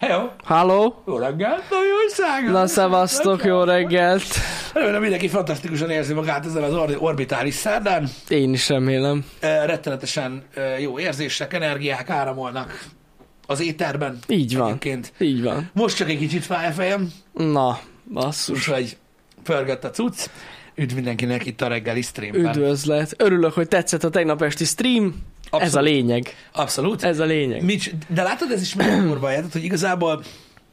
Hello! Halló? Jó reggelt! Na, jó szága! Na, szevasztok, jó reggelt! Remélem mindenki fantasztikusan érzi magát ezen az orbitális szerdán. Én is remélem. Rettenetesen jó érzések, energiák áramolnak az éterben. Így van. Egyébként. Így van. Most csak egy kicsit fáj a fejem. Na, basszus. Úgyhogy pörgött a cucc. Üdv mindenkinek itt a reggeli streamben. Üdvözlet. Örülök, hogy tetszett a tegnap esti stream. Abszolút. Ez a lényeg. Abszolút. Ez a lényeg. De látod, ez is meg kurva, hogy igazából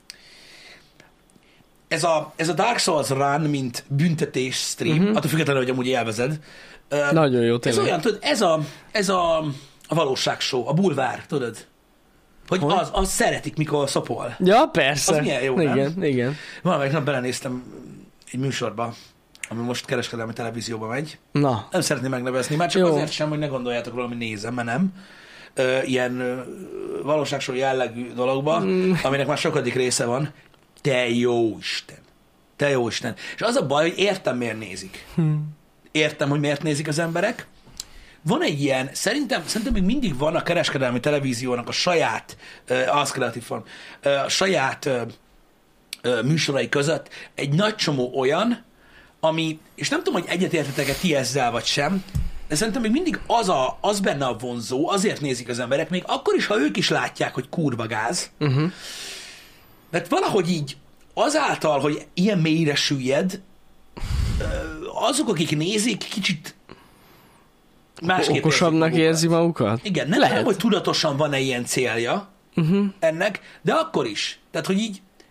ez a Dark Souls run, mint büntetés stream, attól függetlenül, hogy amúgy élvezed. Nagyon jó, Ez tényleg. olyan, tudod, ez a valóságshow, a bulvár, tudod? Hogy az szeretik, mikor szopol. Ja, persze. Az milyen jó, igen, nem? Igen. Valamelyik nap belenéztem egy műsorba, ami most kereskedelmi televízióba megy. Na. Nem szeretném megnevezni, már csak Jó. azért sem, hogy ne gondoljátok róla, hogy nézem, mert nem. Ilyen valóságshow jellegű dologba, aminek már sokadik része van. Te jó Isten! Te jó Isten! És az a baj, hogy értem, miért nézik. Értem, hogy miért nézik az emberek. Van egy ilyen, szerintem még mindig van a kereskedelmi televíziónak a saját, az kreatív form, a saját műsorai között egy nagy csomó olyan, ami, és nem tudom, hogy egyetértetek-e ti ezzel vagy sem, de szerintem még mindig az benne a vonzó, azért nézik az emberek, még akkor is, ha ők is látják, hogy kurva gáz. Mert valahogy így azáltal, hogy ilyen mélyre süllyed, azok, akik nézik, kicsit másképp Okosabbnak érzik érzi magukat? Igen, nem Lehet. tudom, hogy tudatosan van-e ilyen célja ennek, de akkor is. Tehát, hogy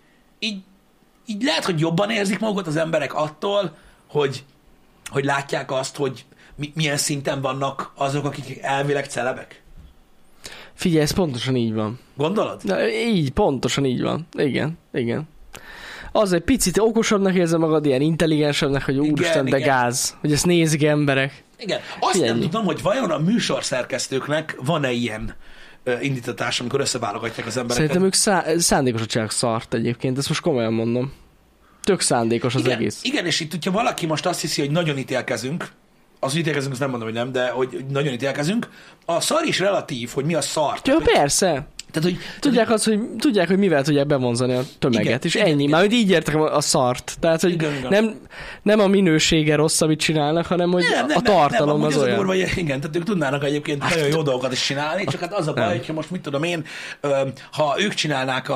így lehet, hogy jobban érzik magukat az emberek attól, hogy látják azt, hogy milyen szinten vannak azok, akik elvileg celebek. Figyelj, ez pontosan így van. Gondolod? Na, így, pontosan így van. Igen. Az egy picit okosabbnak érzem magad, ilyen intelligensebbnek, hogy úristen, de igen. gáz. Hogy ezt nézik emberek. Igen. Azt Figyelj. nem tudom, hogy vajon a műsorszerkesztőknek van-e ilyen indítatás, amikor összeválogatják az embereket. Szerintem ők szándékosan csinálják szart egyébként, ezt most komolyan mondom. Tök szándékos az egész. Igen, és itt, hogyha valaki most azt hiszi, hogy nagyon ítélkezünk, az, hogy ítélkezünk, azt nem mondom, hogy nem, de hogy nagyon ítélkezünk, a szar is relatív, hogy mi a szar. Ja, persze. Tehát, hogy Tudják, hogy mivel tudják bevonzani a tömeget, Igen, és igen, ennyi. igen. Már hogy így értek a szart. Tehát, hogy Igen. nem a minősége rossz, amit csinálnak, hanem hogy a tartalom nem, az az olyan. durva, hogy igen, tehát ők tudnának egyébként nagyon jó dolgokat is csinálni, csak hát az a baj, hogyha most mit tudom én, ha ők csinálnák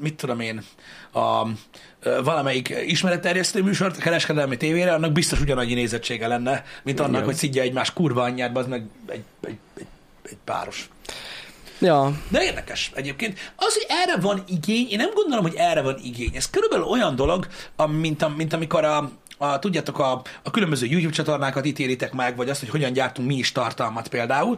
valamelyik ismeretterjesztő műsort a kereskedelmi tévére, annak biztos ugyanannyi nézettsége lenne, mint annak, Igen. hogy szidja egymás kurva anyját, az meg egy páros. Ja, De érdekes egyébként. Az, hogy erre van igény, én nem gondolom, hogy erre van igény. Ez körülbelül olyan dolog, mint amikor tudjátok, a különböző YouTube csatornákat ítélitek meg, vagy azt, hogy hogyan gyártunk mi is tartalmat például,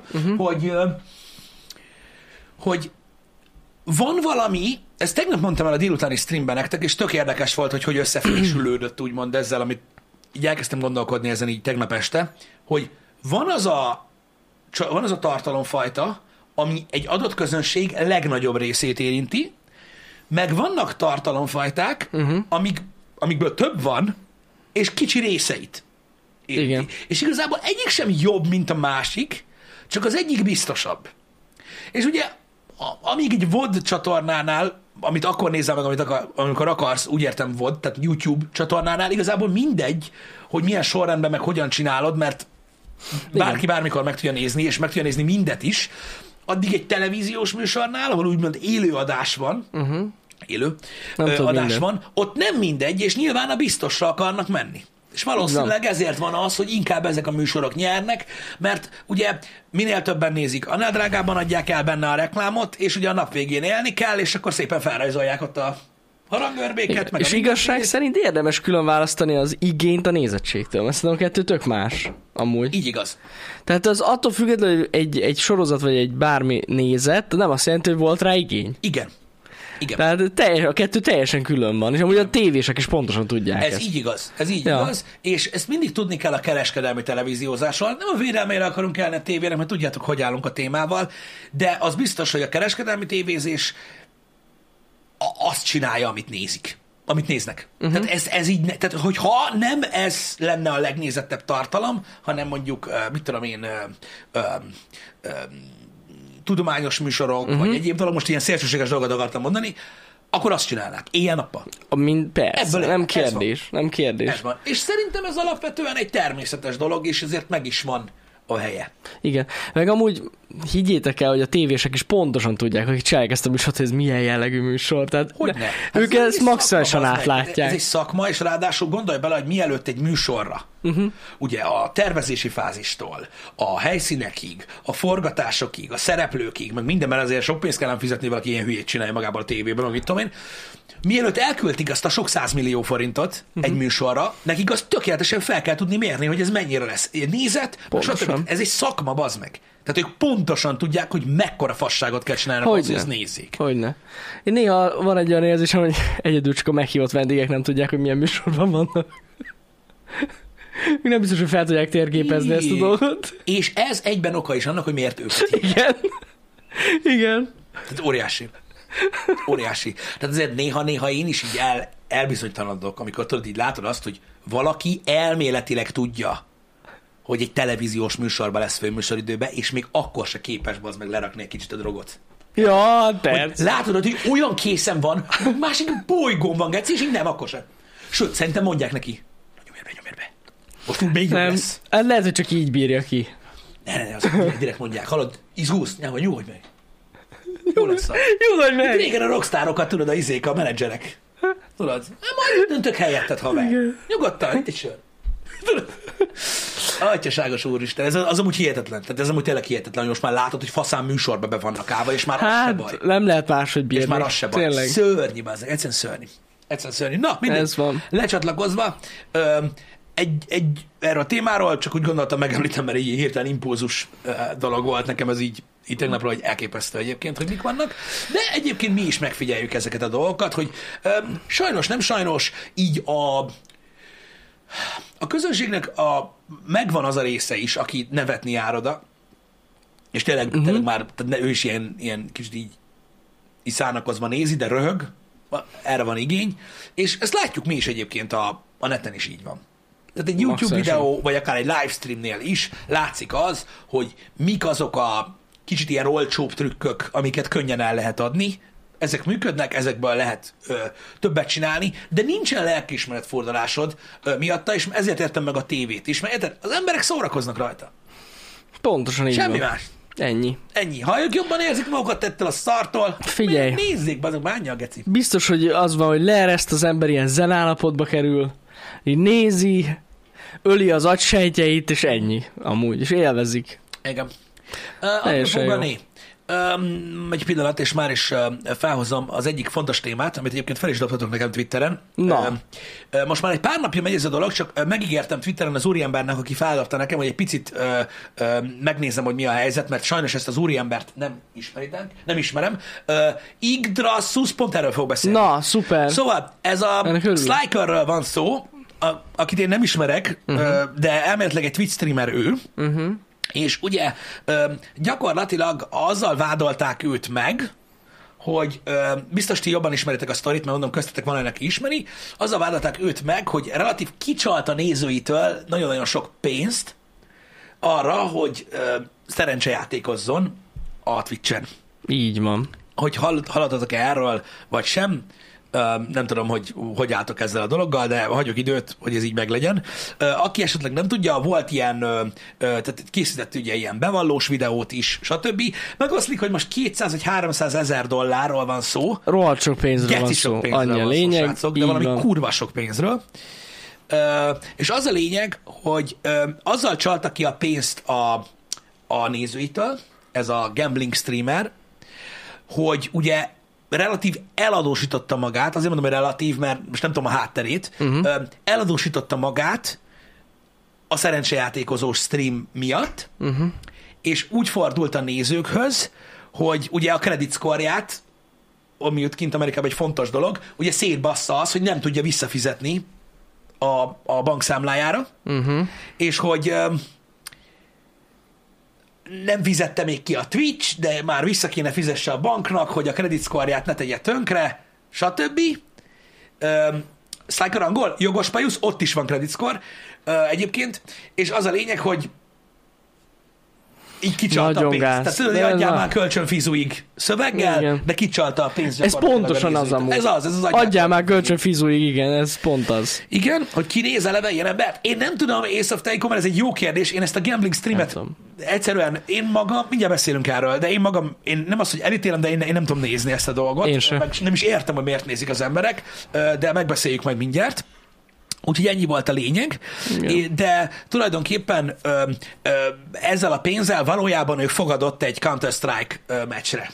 hogy van valami, ezt tegnap mondtam el a délutáni streamben nektek, és tök érdekes volt, hogy összefésülődött úgymond ezzel, amit így elkezdtem gondolkodni ezen így tegnap este, hogy van az a tartalomfajta, ami egy adott közönség legnagyobb részét érinti, meg vannak tartalomfajták, amikből több van, és kicsi részeit érinti. Igen. És igazából egyik sem jobb, mint a másik, csak az egyik biztosabb. És ugye, amíg egy VOD csatornánál, amit akkor nézel meg, amikor akarsz, úgy értem VOD, tehát YouTube csatornánál, igazából mindegy, hogy milyen sorrendben, meg hogyan csinálod, mert bárki bármikor meg tudja nézni, és meg tudja nézni mindet is, addig egy televíziós műsornál, ahol úgymond élő adás van, élő adás van, ott nem mindegy, és nyilván a biztosra akarnak menni. És valószínűleg ezért van az, hogy inkább ezek a műsorok nyernek, mert ugye minél többen nézik, annál drágában adják el benne a reklámot, és ugye a nap végén élni kell, és akkor szépen felrajzolják ott a harangörbéket. Meg és igazság szerint érdemes külön választani az igényt a nézettségtől, mert szerintem a kettő tök más, amúgy. Így igaz. Tehát az attól függetlenül, hogy egy sorozat vagy egy bármi nézet, nem azt jelenti, hogy volt rá igény. Igen. Tehát a kettő teljesen külön van, és amúgy a tévések is pontosan tudják Ez ezt. így igaz, és ezt mindig tudni kell a kereskedelmi televíziózásról. Nem a védelmére akarunk elni a tévének, mert tudjátok, hogy állunk a témával, de az biztos, hogy a kereskedelmi tévézés azt csinálja, amit nézik. Amit néznek. Tehát ez így, tehát hogyha nem ez lenne a legnézettebb tartalom, hanem mondjuk, mit tudom én, tudományos műsorok, vagy egyéb dolog, most ilyen szélsőséges dolgot akartam mondani, akkor azt csinálnák. Éjjel-nappal. Persze, Ebből nem ez kérdés. Nem kérdés. Ez van. És szerintem ez alapvetően egy természetes dolog, és ezért meg is van a helye. Igen. Meg amúgy higgyétek el, hogy a tévések is pontosan tudják, hogy csinálják ezt a műsort, hogy ez milyen jellegű műsor. Tehát Hogyne? ők ez ezt maximálisan átlátják. Ez egy szakma, és ráadásul gondolj bele, hogy mielőtt egy műsorra, ugye a tervezési fázistól, a helyszínekig, a forgatásokig, a szereplőkig, meg mindenben azért sok pénzt kellene fizetni, valaki ilyen hülyét csinálja magában a tévében, meg mit tudom én, mielőtt elköltik azt a sok 100 millió forintot egy műsorra, nekik azt tökéletesen fel kell tudni mérni, hogy ez mennyire lesz nézet, stb. Ez egy szakma, bazd meg. Tehát ők pontosan tudják, hogy mekkora fasságot kell csinálni, hogy ezt nézzék. Hogyne. Én néha van egy olyan érzésem, hogy egyedül csak a meghívott vendégek nem tudják, hogy milyen műsorban vannak. Még nem biztos, hogy fel tudják térképezni ezt a dolgot. És ez egyben oka is annak, hogy miért őket hívják. Igen. Igen. Tehát óriási. Óriási. Tehát azért néha-néha én is így elbizonytalanodok, amikor tudod, így látod azt, hogy valaki elméletileg tudja, hogy egy televíziós műsorban lesz főműsoridőben, és még akkor se képes bazd meg lerakni egy kicsit a drogot. Ja, persze. Látod, hogy olyan készen van, hogy másik bolygón van, geci, és így nem, akkor sem. Sőt, szerintem mondják neki. Nyomj be. Most úgy még jobb lesz. Lehet, hogy csak így bírja ki. Ne, azt direkt mondják. Hallod, izgulsz? Vagy nyugodj meg. Jó lesz. Nyugodj meg. Régen a rockstárokat, tudod, a menedzserek. Tudod? Majd döntök helyetted, haver. Nyugodtan, itt egy sör. Atyaságos úristen, ez az amúgy hihetetlen. Tehát ez amúgy tényleg hihetetlen, hogy most már látod, hogy faszán műsorba be vannak állva, és már az se baj. Nem lehet máshogy bírni. És már az se baj. Tényleg. Szörnyi, bazdmeg, egyszerűen szörnyű. Na, mindegy. Ez van. Lecsatlakozva, erről a témáról csak úgy gondoltam megemlítem, mert egy hirtelen impulzus dolog volt nekem, ez így tegnapról, hogy elképesztő egyébként, hogy mik vannak, de egyébként mi is megfigyeljük ezeket a dolgokat, hogy sajnos, nem sajnos, így a közönségnek megvan az a része is, aki nevetni jár oda, és tényleg már ő is ilyen kicsit így szánakozva nézi, de röhög, erre van igény, és ezt látjuk mi is egyébként a neten is így van. Tehát egy YouTube videó, vagy akár egy livestreamnél is látszik az, hogy mik azok a kicsit ilyen olcsóbb trükkök, amiket könnyen el lehet adni. Ezek működnek, ezekből lehet többet csinálni, de nincsen lelkiismeretfordulásod miatta, és ezért értem meg a tévét is, mert érted, az emberek szórakoznak rajta. Pontosan így Semmi van. más. Ennyi. Ha ők jobban érzik magukat ettől a szartól, figyelj, nézzék, azok bánja a geci. Biztos, hogy az van, hogy leereszt az ember, ilyen zenállapotba kerül, így nézi, öli az agysejtjeit, és ennyi amúgy, és élvezik. Igen. Egy pillanat, és már is felhozom az egyik fontos témát, amit egyébként fel is dobhatok nekem Twitteren. Na. Most már egy pár napja megy ez a dolog, csak megígértem Twitteren az úriembernek, aki feldobta nekem, hogy egy picit megnézem, hogy mi a helyzet, mert sajnos ezt az úriembert nem ismerem. Yggdrasil, pont erről fog beszélni. Na, szuper. Szóval ez a Slykerről van szó, akit én nem ismerek, de elméletileg egy Twitch streamer ő, és ugye gyakorlatilag azzal vádolták őt meg, hogy biztos ti jobban ismeritek a sztorit, mert mondom, köztetek van olyan, aki ismeri, azzal vádolták őt meg, hogy relatív kicsalt a nézőitől nagyon-nagyon sok pénzt arra, hogy szerencsejátékozzon a Twitchen. Így van. Hogy hallottatok-e erről, vagy sem, nem tudom, hogy álltok ezzel a dologgal, de hagyok időt, hogy ez így meglegyen. Aki esetleg nem tudja, volt ilyen, tehát készített ugye ilyen bevallós videót is, stb. Megoszlik, hogy most 200 vagy 300 ezer dollárról van szó. Rohadt sok pénzről van szó. Annyi a lényeg. Srácok, de valami kurva sok pénzről. És az a lényeg, hogy azzal csalta ki a pénzt a nézőitől, ez a gambling streamer, hogy relatív eladósította magát, azért mondom, hogy relatív, mert most nem tudom a hátterét, eladósította magát a szerencsejátékozós stream miatt, és úgy fordult a nézőkhöz, hogy ugye a credit score-ját, ami ott kint Amerikában egy fontos dolog, ugye szétbassza az, hogy nem tudja visszafizetni a bankszámlájára, és hogy nem fizette még ki a Twitch, de már vissza kéne fizesse a banknak, hogy a credit score-ját ne tegye tönkre, stb. Slyker angol, jogos pajusz, ott is van credit score egyébként, és az a lényeg, hogy így kicsalta Nagyon a pénzt. gáz. Tehát tudod, hogy De adjál na. már kölcsönfizuig szöveggel, Igen. de kicsalta a pénzt. Ez gyakorlatilag pontosan a az nézőtől. amúgy. Ez az Adjál már kölcsön fizuig, igen, ez pont az. Igen, hogy ki néz eleve ilyen embert. Én nem tudom, Ace of Tycoon, mert ez egy jó kérdés. Én ezt a gambling streamet Nem egyszerűen, én magam, mindjárt beszélünk erről, de én magam, én nem azt, hogy elítélem, de én nem tudom nézni ezt a dolgot. Én sem. Meg nem is értem, hogy miért nézik az emberek, de megbeszéljük majd mindjárt. Úgyhogy ennyi volt a lényeg, de tulajdonképpen ezzel a pénzzel valójában ő fogadott egy Counter-Strike meccsre.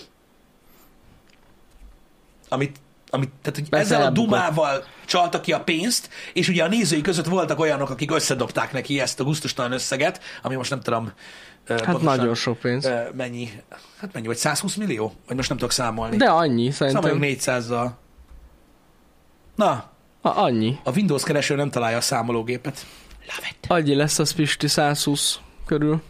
Tehát, hogy ezzel a elbukott. dumával csalta ki a pénzt, és ugye a nézői között voltak olyanok, akik összedobták neki ezt a gusztustalan összeget, ami most nem tudom Hát nagyon sok pénz. mennyi, vagy 120 millió? Vagy most nem tudok számolni. De annyi, Számoljunk szerintem. 400-zal. Na, Annyi. a Windows kereső nem találja a számológépet. Love it. Annyi lesz az Pisti 120 körül.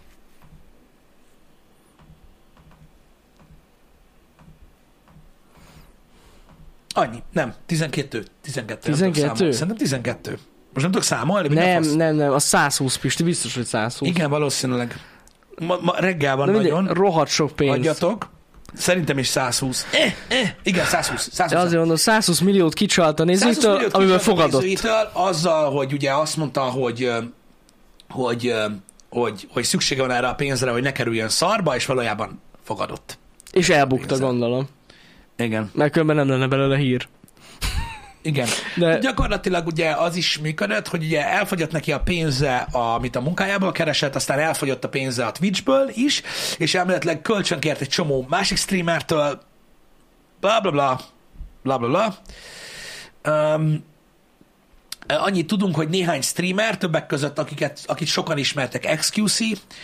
Annyi. Nem, 12. 12. 12? Szerintem 12. Most nem tudok számolni? vagy Nem, fasz? nem, a 120 Pisti, biztos, hogy 120. Igen, valószínűleg. Ma reggel van de mindegy, nagyon. rohadt sok pénz. Adjatok. Szerintem is 120. Igen, 120. 120. De azért mondom, 120 milliót kicsalt a nézőitől, amiből fogadott. Azzal, hogy ugye azt mondta, hogy szüksége van erre a pénzre, hogy ne kerüljön szarba, és valójában fogadott. És elbukta, Pénzzel. gondolom. Igen. Mert különben nem lenne belőle hír. Igen. De- Gyakorlatilag ugye az is működött, hogy ugye elfogyott neki a pénze, amit a munkájából keresett, aztán elfogyott a pénze a Twitchből is, és elméletileg kölcsönkért egy csomó másik streamertől, bla bla bla, bla bla bla. Annyit tudunk, hogy néhány streamer, többek között, akit sokan ismertek, XQC,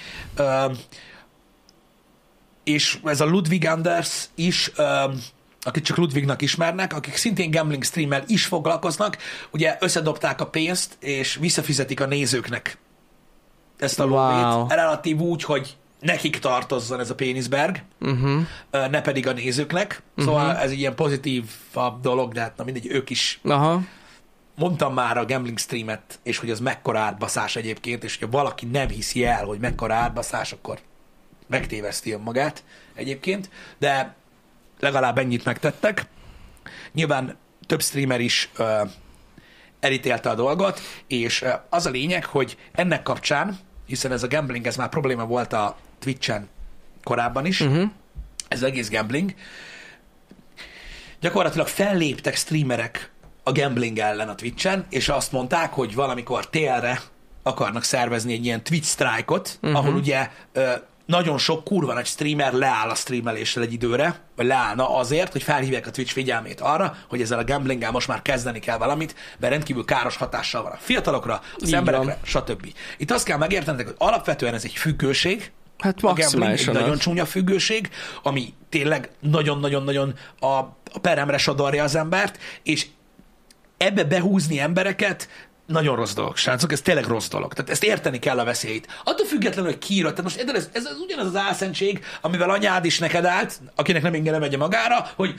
és ez a Ludwig Anders is, akit csak Ludwignak ismernek, akik szintén gambling streammel is foglalkoznak, ugye összedobták a pénzt, és visszafizetik a nézőknek ezt a lóvét, relatív úgy, hogy nekik tartozzon ez a péniszberg, ne pedig a nézőknek. Szóval ez egy ilyen pozitívabb dolog, de hát na mindegy, ők is. Aha. Mondtam már a gambling streamet, és hogy az mekkora átbaszás egyébként, és hogyha valaki nem hiszi el, hogy mekkora átbaszás, akkor megtéveszti önmagát egyébként, de legalább ennyit megtettek. Nyilván több streamer is elítélte a dolgot, és az a lényeg, hogy ennek kapcsán, hiszen ez a gambling, ez már probléma volt a Twitch-en korábban is, ez egész gambling, gyakorlatilag felléptek streamerek a gambling ellen a Twitch-en, és azt mondták, hogy valamikor télre akarnak szervezni egy ilyen Twitch strike-ot, ahol ugye nagyon sok kurva nagy streamer leáll a streameléssel egy időre, vagy leállna azért, hogy felhívják a Twitch figyelmét arra, hogy ezzel a gamblinggel most már kezdeni kell valamit, mert rendkívül káros hatással van a fiatalokra, az Így emberekre, van. stb. Itt azt kell megértenetek, hogy alapvetően ez egy függőség, Hát a gambling egy maximálisan nagyon az. csúnya függőség, ami tényleg nagyon-nagyon-nagyon a peremre sodorja az embert, és ebbe behúzni embereket nagyon rossz dolog, srácok, ez tényleg rossz dolog. Tehát ezt érteni kell a veszélyt. Attól függetlenül, hogy kiírod, tehát most ez ugyanaz az álszentség, amivel anyád is neked állt, akinek nem ingyen megy magára, hogy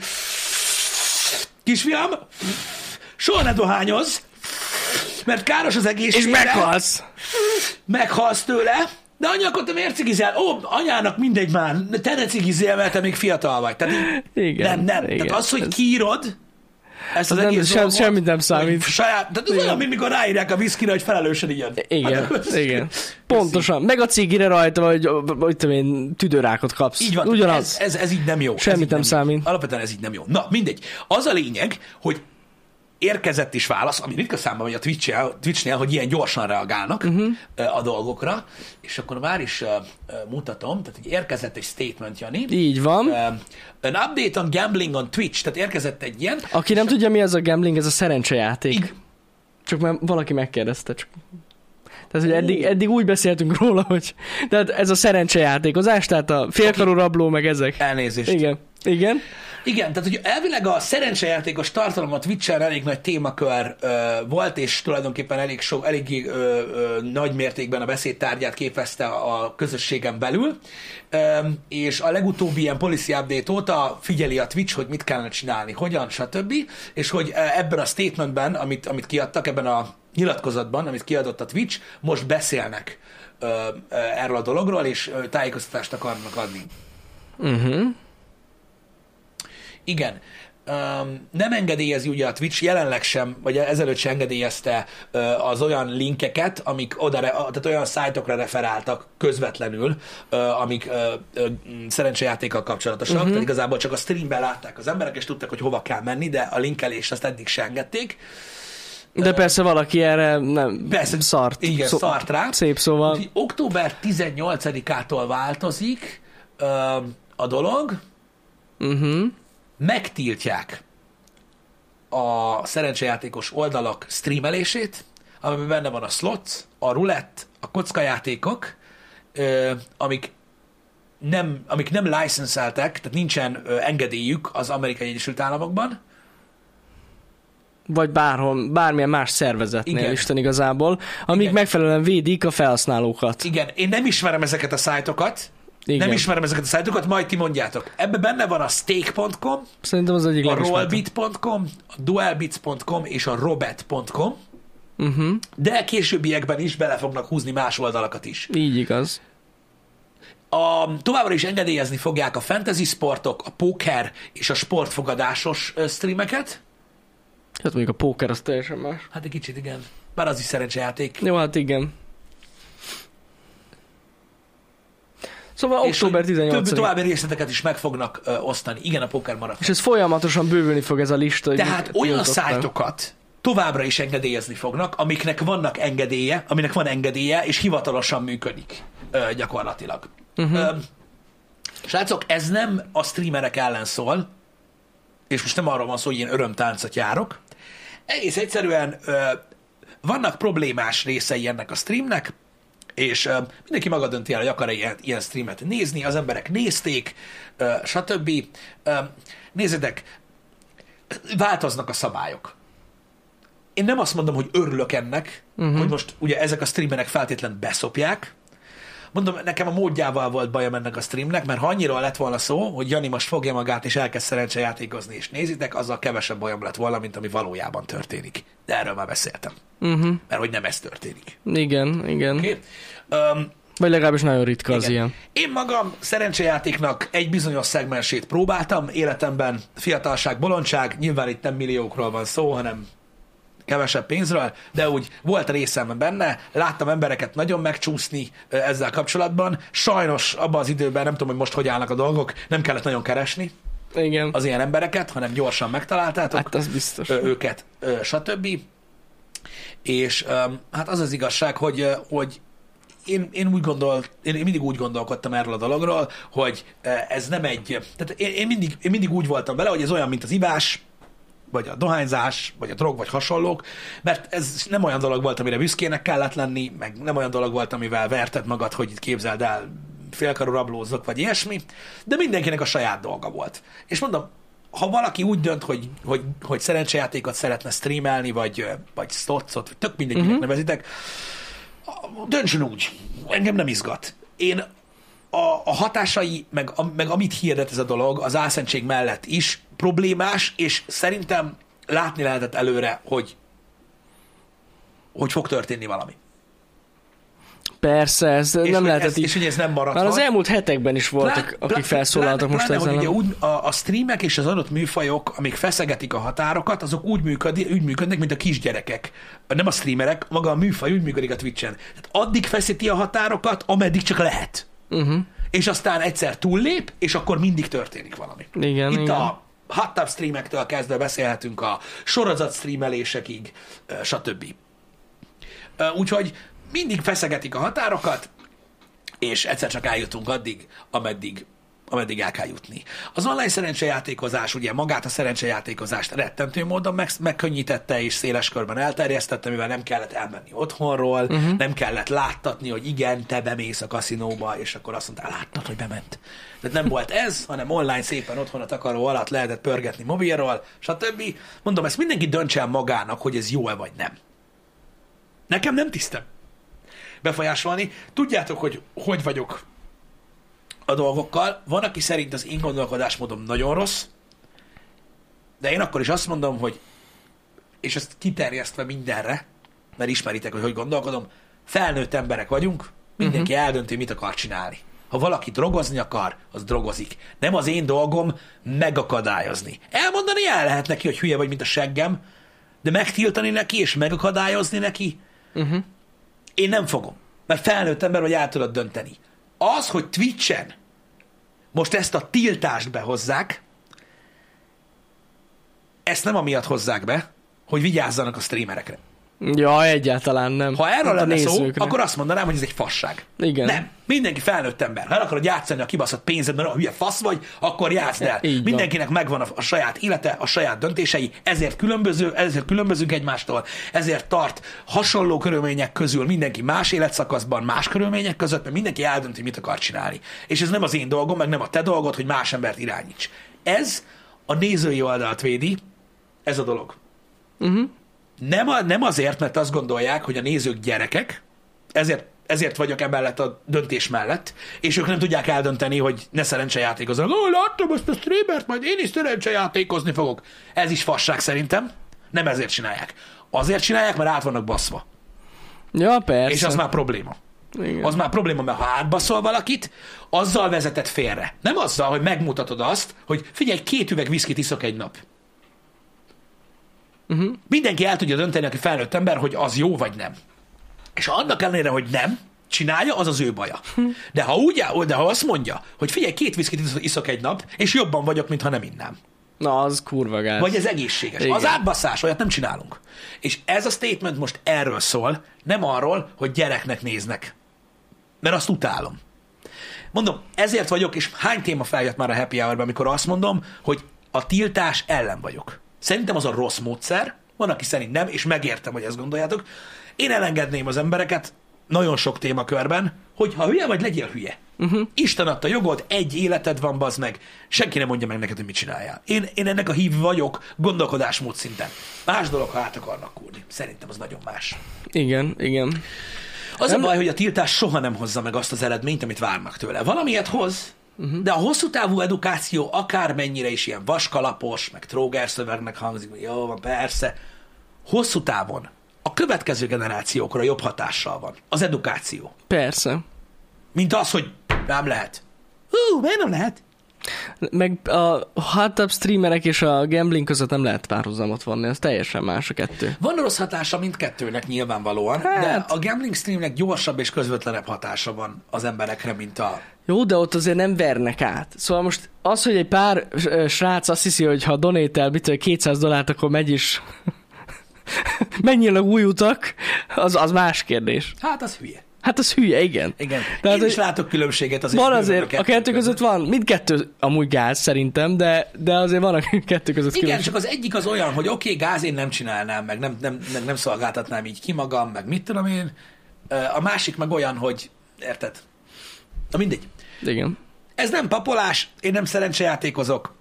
kisfiam, soha ne dohányozz, mert káros az És egészségre. meghalsz. Meghalsz tőle, de anya, akkor te miért cigizel? Ó, anyának mindegy már, te ne cigizél, mert te még fiatal vagy. Tehát Igen, nem. igen. Tehát az, hogy kiírod ezt az Az nem- egész sem- semmit nem számít. Saját, tehát ez olyan, mint mikor ráírják a viszkire, hogy felelősen ilyen. Igen, igen. Pontosan. Meg a cigire rajta, vagy tudom én, tüdőrákot kapsz. Így van. Ugyanaz. Ez így nem jó. Ez Semmit így nem jó. számít. Alapvetően ez így nem jó. Na, mindegy. Az a lényeg, hogy érkezett is válasz, ami ritka számban vagy a Twitchnél, hogy ilyen gyorsan reagálnak a dolgokra, és akkor már is mutatom, tehát hogy érkezett egy statement, Jani. Így van. An update on gambling on Twitch, tehát érkezett egy ilyen. Aki nem tudja, mi az a gambling, ez a szerencsejáték. Igen. Csak mert valaki megkérdezte. Csak. Tehát, hogy eddig úgy beszéltünk róla, hogy tehát ez a szerencsejátékozás, tehát a félkarú rabló, meg ezek. Elnézést. Igen. Igen. Igen, tehát hogy elvileg a szerencsejátékos tartalom a Twitch-en elég nagy témakör volt, és tulajdonképpen elég nagy mértékben a beszédtárgyát képezte a közösségen belül, és a legutóbbi ilyen policy update óta figyeli a Twitch, hogy mit kellene csinálni, hogyan, stb. És hogy ebben a statementben, amit kiadtak, ebben a nyilatkozatban, amit kiadott a Twitch, most beszélnek erről a dologról, és tájékoztatást akarnak adni. Igen. Nem engedélyezi ugye a Twitch, jelenleg sem, vagy ezelőtt sem engedélyezte az olyan linkeket, amik tehát olyan szájtokra referáltak közvetlenül, amik szerencsejátékkal kapcsolatosak, tehát igazából csak a streamben látták az emberek, és tudták, hogy hova kell menni, de a linkelést azt eddig sem engedték. De persze valaki erre nem Persze, szart. Igen, szart rá. Szép szóval. Úgyhogy október 18-ától változik a dolog. Megtiltják a szerencsejátékos oldalak streamelését, amiben benne van a slots, a roulette, a kockajátékok, amik nem licenseltek, tehát nincsen engedélyük az Amerikai Egyesült Államokban. Vagy bármilyen más szervezetnél Isten igazából, amíg megfelelően védik a felhasználókat. Igen, én nem ismerem ezeket a szájtokat, majd ti mondjátok. Ebben benne van a stake.com, szerintem az egyik a rollbit.com, a duelbits.com és a robet.com, de későbbiekben is bele fognak húzni más oldalakat is. Így igaz. Továbbra is engedélyezni fogják a fantasy sportok, a póker és a sportfogadásos streameket. Hát mondjuk a póker az teljesen más. Hát egy kicsit igen. Bár az is szerencsejáték. Jó, hát igen. Szóval október 18. További részleteket is meg fognak osztani. Igen, a póker maradt. És ez folyamatosan bővülni fog ez a lista. Tehát olyan szájtokat továbbra is engedélyezni fognak, aminek van engedélye, és hivatalosan működik gyakorlatilag. Srácok, ez nem a streamerek ellen szól, és most nem arról van szó, hogy én örömtáncot járok. Egész egyszerűen vannak problémás részei ennek a streamnek, és mindenki maga dönti el, hogy akar ilyen streamet nézni, az emberek nézték, stb. Nézzétek, változnak a szabályok. Én nem azt mondom, hogy örülök ennek, hogy most ugye ezek a streamerek feltétlenül beszopják. Mondom, nekem a módjával volt bajom ennek a streamnek, mert ha annyiról lett volna szó, hogy Jani most fogja magát és elkezd szerencsejátékozni és nézitek, azzal kevesebb bajom lett volna, mint ami valójában történik. De erről már beszéltem. Mert hogy nem ez történik. Igen. Okay? Vagy legalábbis nagyon ritka az ilyen. Én magam szerencsejátéknak egy bizonyos szegmensét próbáltam életemben, fiatalság, bolondság, nyilván itt nem milliókról van szó, hanem kevesebb pénzről, de úgy volt részem benne, láttam embereket nagyon megcsúszni ezzel kapcsolatban. Sajnos abban az időben, nem tudom, hogy most hogy állnak a dolgok, nem kellett nagyon keresni az ilyen embereket, hanem gyorsan megtaláltátok hát az biztos. Őket, stb. És hát az az igazság, hogy én mindig úgy gondolkodtam erről a dologról, hogy ez nem tehát én mindig úgy voltam vele, hogy ez olyan, mint az ivás, vagy a dohányzás, vagy a drog, vagy hasonlók, mert ez nem olyan dolog volt, amire büszkének kellett lenni, meg nem olyan dolog volt, amivel verted magad, hogy képzeld el, félkarú rablózok, vagy ilyesmi, de mindenkinek a saját dolga volt. És mondom, ha valaki úgy dönt, hogy szerencsejátékot szeretne streamelni, vagy slotsot, vagy tök mindegy, minek nevezitek, döntsön úgy. Engem nem izgat. Én a hatásai, meg amit hirdet ez a dolog, az álszentség mellett is problémás, és szerintem látni lehetett előre, hogy fog történni valami. Persze, ez és nem lehetett így. És hogy ez nem maradt. Már az elmúlt hetekben is voltak, akik felszólaltak most ezen. Ugye a streamek és az adott műfajok, amik feszegetik a határokat, azok úgy működnek, mint a kisgyerekek. Nem a streamerek, maga a műfaj úgy működik a Twitchen. Tehát addig feszíti a határokat, ameddig csak lehet. És aztán egyszer túllép, és akkor mindig történik valami. Igen. A hot tub streamektől kezdve beszélhetünk a sorozat streamelésekig, stb. Úgyhogy mindig feszegetik a határokat, és egyszer csak eljutunk addig, ameddig el kell jutni. Az online szerencsejátékozás, ugye magát a szerencsejátékozást rettentő módon megkönnyítette és széles körben elterjesztette, mivel nem kellett elmenni otthonról, nem kellett láttatni, hogy igen, te bemész a kaszinóba, és akkor azt mondtál, láttad, hogy bement. Tehát nem volt ez, hanem online szépen otthon a takaró alatt lehetett pörgetni mobilról, stb. Mondom, ezt mindenki döntse el magának, hogy ez jó-e vagy nem. Nekem nem tisztem befolyásolni. Tudjátok, hogy vagyok a dolgokkal. Van, aki szerint az én gondolkodásmódom nagyon rossz, de én akkor is azt mondom, hogy, és ezt kiterjesztve mindenre, mert ismeritek, hogy gondolkodom, felnőtt emberek vagyunk, Mindenki eldönti, mit akar csinálni. Ha valaki drogozni akar, az drogozik. Nem az én dolgom megakadályozni. Elmondani el lehet neki, hogy hülye vagy, mint a seggem, de megtiltani neki és megakadályozni neki, én nem fogom. Mert felnőtt ember, vagy el tudod dönteni. Az, hogy Twitchen most ezt a tiltást behozzák, ezt nem amiatt hozzák be, hogy vigyázzanak a streamerekre. Ja, egyáltalán nem. Ha erről Hát a lenne szó, nézőkre. akkor azt mondanám, hogy ez egy fasság. Igen. Nem. Mindenki felnőtt ember. Ha el akarod játszani a kibaszott pénzedben, ha hülye fasz vagy, akkor játszd el. Így van. Mindenkinek megvan a saját élete, a saját döntései, ezért különbözünk egymástól, ezért tart hasonló körülmények közül mindenki más életszakaszban, más körülmények között, mert mindenki eldönti, mit akar csinálni. És ez nem az én dolgom, meg nem a te dolgod, hogy más embert irányíts. Ez a nézői oldalt védi, ez a dolog. Nem azért, mert azt gondolják, hogy a nézők gyerekek, ezért vagyok emellett a döntés mellett, és ők nem tudják eldönteni, hogy ne szerencsejátékozzanak. Láttam azt a streamert, majd én is szerencsejátékozni fogok. Ez is fasság szerintem. Nem ezért csinálják. Azért csinálják, mert át vannak baszva. Ja, persze. És az már probléma. Igen. Az már probléma, mert ha átbaszol valakit, azzal vezeted félre. Nem azzal, hogy megmutatod azt, hogy figyelj, 2 üveg viszkit iszok egy nap. Mindenki el tudja dönteni, aki felnőtt ember, hogy az jó vagy nem. És ha annak ellenére, hogy nem csinálja, az az ő baja. De ha azt mondja, hogy figyelj, 2 viszkit iszok egy nap, és jobban vagyok, mintha nem innám. Na, az kurva gáz. Vagy ez egészséges. Igen. Az átbasszás, olyat nem csinálunk. És ez a statement most erről szól, nem arról, hogy gyereknek néznek. Mert azt utálom. Mondom, ezért vagyok, és hány téma feljött már a happy hour-ben, amikor azt mondom, hogy a tiltás ellen vagyok. Szerintem az a rossz módszer, van, aki szerint nem, és megértem, hogy ezt gondoljátok. Én elengedném az embereket nagyon sok témakörben, hogy ha hülye vagy, legyél hülye. Isten adta jogod, egy életed van, bazd meg, senki nem mondja meg neked, hogy mit csináljál. Én ennek a hív vagyok gondolkodásmód szinten. Más dolog, ha át akarnak kúrni. Szerintem az nagyon más. Igen. Az a baj, hogy a tiltás soha nem hozza meg azt az eredményt, amit várnak tőle. Valamilyet hoz, de a hosszú távú edukáció akármennyire is ilyen vaskalapos, meg trógerszövegnek hangzik, hogy jó van, persze, hosszú távon a következő generációkra jobb hatással van az edukáció. Persze. Mint az, hogy nem lehet. Miért nem lehet? Meg a hottabb streamerek és a gambling között nem lehet párhuzamot vonni, az teljesen más a kettő. Van rossz hatása mindkettőnek nyilvánvalóan, de a gambling streamnek gyorsabb és közvetlenebb hatása van az emberekre, mint a... Jó, de ott azért nem vernek át. Szóval most az, hogy egy pár srác azt hiszi, hogy ha donétel $200, akkor megy is menjél új utak, az más kérdés. Hát az hülye. Hát az hülye, igen. Igen. Tehát, én is látok különbséget azért. Van azért, a kettő között van, mindkettő amúgy gáz szerintem, de azért van a kettő között igen, különbség. csak az egyik az olyan, hogy oké, gáz én nem csinálnám, meg nem szolgáltatnám így ki magam, meg mit tudom én. A másik meg olyan, hogy érted? Na mindegy. Igen. Ez nem papolás, én nem szerencsejátékozok.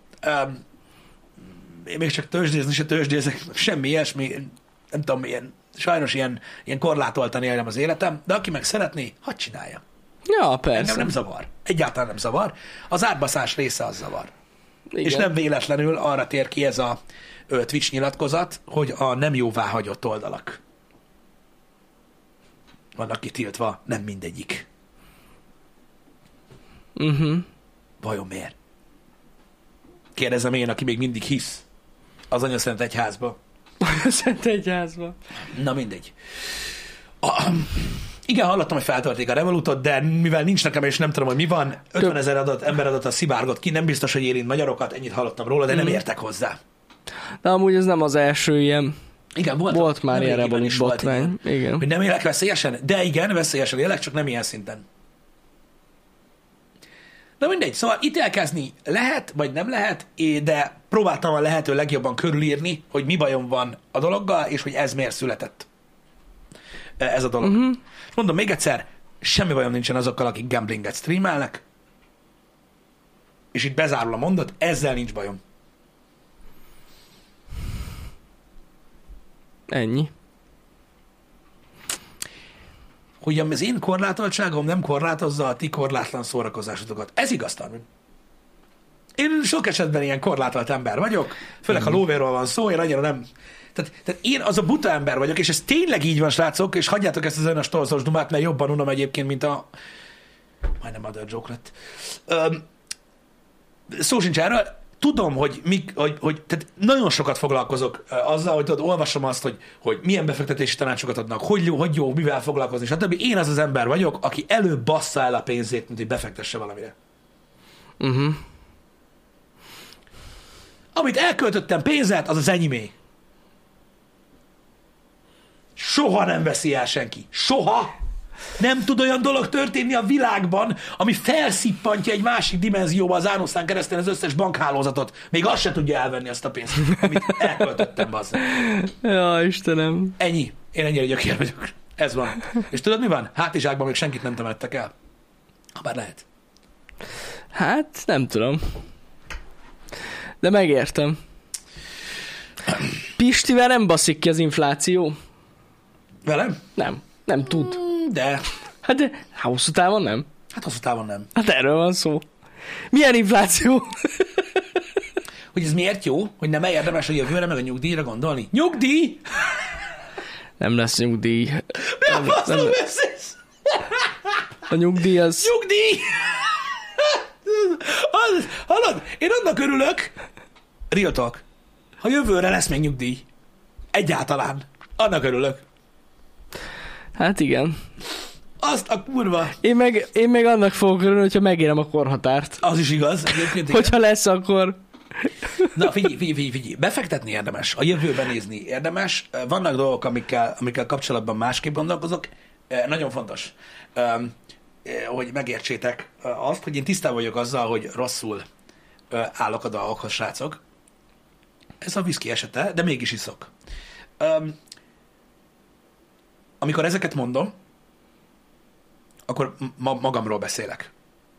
Én még csak tőzsdézni se tőzsdézek, semmi ilyesmi, nem tudom, sajnos ilyen korlátoltan élem az életem, de aki meg szeretné, hadd csinálja. Ja, persze. Engem nem zavar. Egyáltalán nem zavar. Az átbaszás része az zavar. Igen. És nem véletlenül arra tér ki ez a Twitch nyilatkozat, hogy a nem jóváhagyott oldalak vannak kitiltva, nem mindegyik. Vajon miért? Kérdezem én, aki még mindig hisz az Anyaszent Egyházba. Szent Egyházba. Na mindegy. Igen, hallottam, hogy feltölték a Revolutot, de mivel nincs nekem, és nem tudom, hogy mi van, 50 000 emberadat szivárgott ki, nem biztos, hogy érint magyarokat, ennyit hallottam róla, de nem értek hozzá. De amúgy ez nem az első ilyen. Igen, volt már ilyen Revolut botrány. Igen. Hogy nem élek veszélyesen? De igen, veszélyesen élek, csak nem ilyen szinten. Na mindegy, szóval ítélkezni lehet, vagy nem lehet, de próbáltam a lehető legjobban körülírni, hogy mi bajom van a dologgal, és hogy ez miért született. Ez a dolog. Mondom még egyszer, semmi bajom nincsen azokkal, akik gamblinget streamelnek, és itt bezárul a mondat, ezzel nincs bajom. Ennyi. Hogy az én korlátoltságom nem korlátozza a ti korlátlan szórakozásotokat. Ez igaz, Tarmin. Én sok esetben ilyen korlátolt ember vagyok, főleg ha lóvérról van szó, én annyira nem... Tehát én az a buta ember vagyok, és ez tényleg így van, srácok, és hagyjátok ezt az önes torzos dumát, mert jobban unom egyébként, mint a... Majdnem other joke lett. Szó sincs erről. Tudom, hogy tehát nagyon sokat foglalkozok azzal, hogy tudod, olvasom azt, hogy milyen befektetési tanácsokat adnak, hogy jó, mivel foglalkozni, stb. Én az ember vagyok, aki előbb bassza el a pénzét, mint hogy befektesse valamire. Uh-huh. Amit elköltöttem pénzet, az enyémé. Soha nem veszi el senki. Soha! Nem tud olyan dolog történni a világban, ami felszippantja egy másik dimenzióba az ánosztán keresztül az összes bankhálózatot. Még azt se tudja elvenni azt a pénzt, amit elköltöttem, bazzá. Ja, Istenem. Ennyi. Én ennyire gyökér vagyok. Ez van. És tudod, mi van? Hátizsákban még senkit nem temettek el. Habár lehet. Hát, nem tudom. De megértem. Pistivel nem baszik ki az infláció. Velem? Nem tud. De. Hát de hosszú távon nem. Hát hosszú távon nem. Hát erről van szó. Milyen infláció? Hogy ez miért jó? Hogy nem érdemes a jövőre meg a nyugdíjra gondolni? Nyugdíj? Nem lesz nyugdíj. Mi a faszról beszélsz? A nyugdíj az... Nyugdíj! Hallod? Én annak örülök, real talk, ha jövőre lesz még nyugdíj. Egyáltalán. Annak örülök. Hát igen. Azt a kurva. Én meg annak fogok örülni, hogyha megérem a korhatárt. Az is igaz. Hogyha lesz, akkor... Na figyelj. Befektetni érdemes. A jövőben nézni érdemes. Vannak dolgok, amikkel kapcsolatban másképp gondolkozok. Nagyon fontos, hogy megértsétek azt, hogy én tisztában vagyok azzal, hogy rosszul állok a dolgokhoz, srácok. Ez a whisky esete, de mégis iszok. Amikor ezeket mondom, akkor magamról beszélek.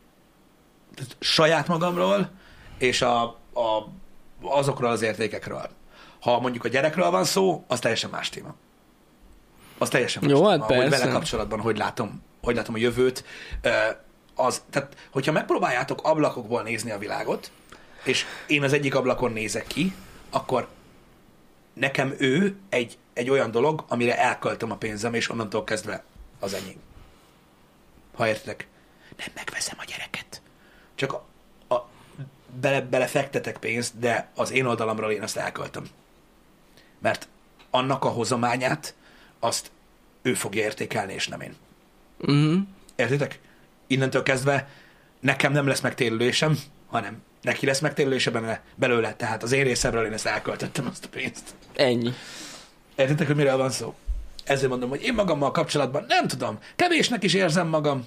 Saját magamról, és azokról az értékekről. Ha mondjuk a gyerekről van szó, az teljesen más téma. Az teljesen más jó, téma, hát hogy persze. vele kapcsolatban, hogy látom a jövőt. Tehát, hogyha megpróbáljátok ablakokból nézni a világot, és én az egyik ablakon nézek ki, akkor nekem ő egy olyan dolog, amire elköltöm a pénzem, és onnantól kezdve az enyém. Ha értek? Nem megveszem a gyereket. Csak belefektetek pénzt, de az én oldalamról én azt elköltöm. Mert annak a hozamányát azt ő fogja értékelni, és nem én. Uh-huh. Értitek? Innentől kezdve nekem nem lesz megtérülésem, hanem neki lesz megtérülése belőle. Tehát az én részemről én ezt elköltöttem, azt a pénzt. Ennyi. Értitek, hogy miről van szó? Ezért mondom, hogy én magammal kapcsolatban nem tudom. Kevésnek is érzem magam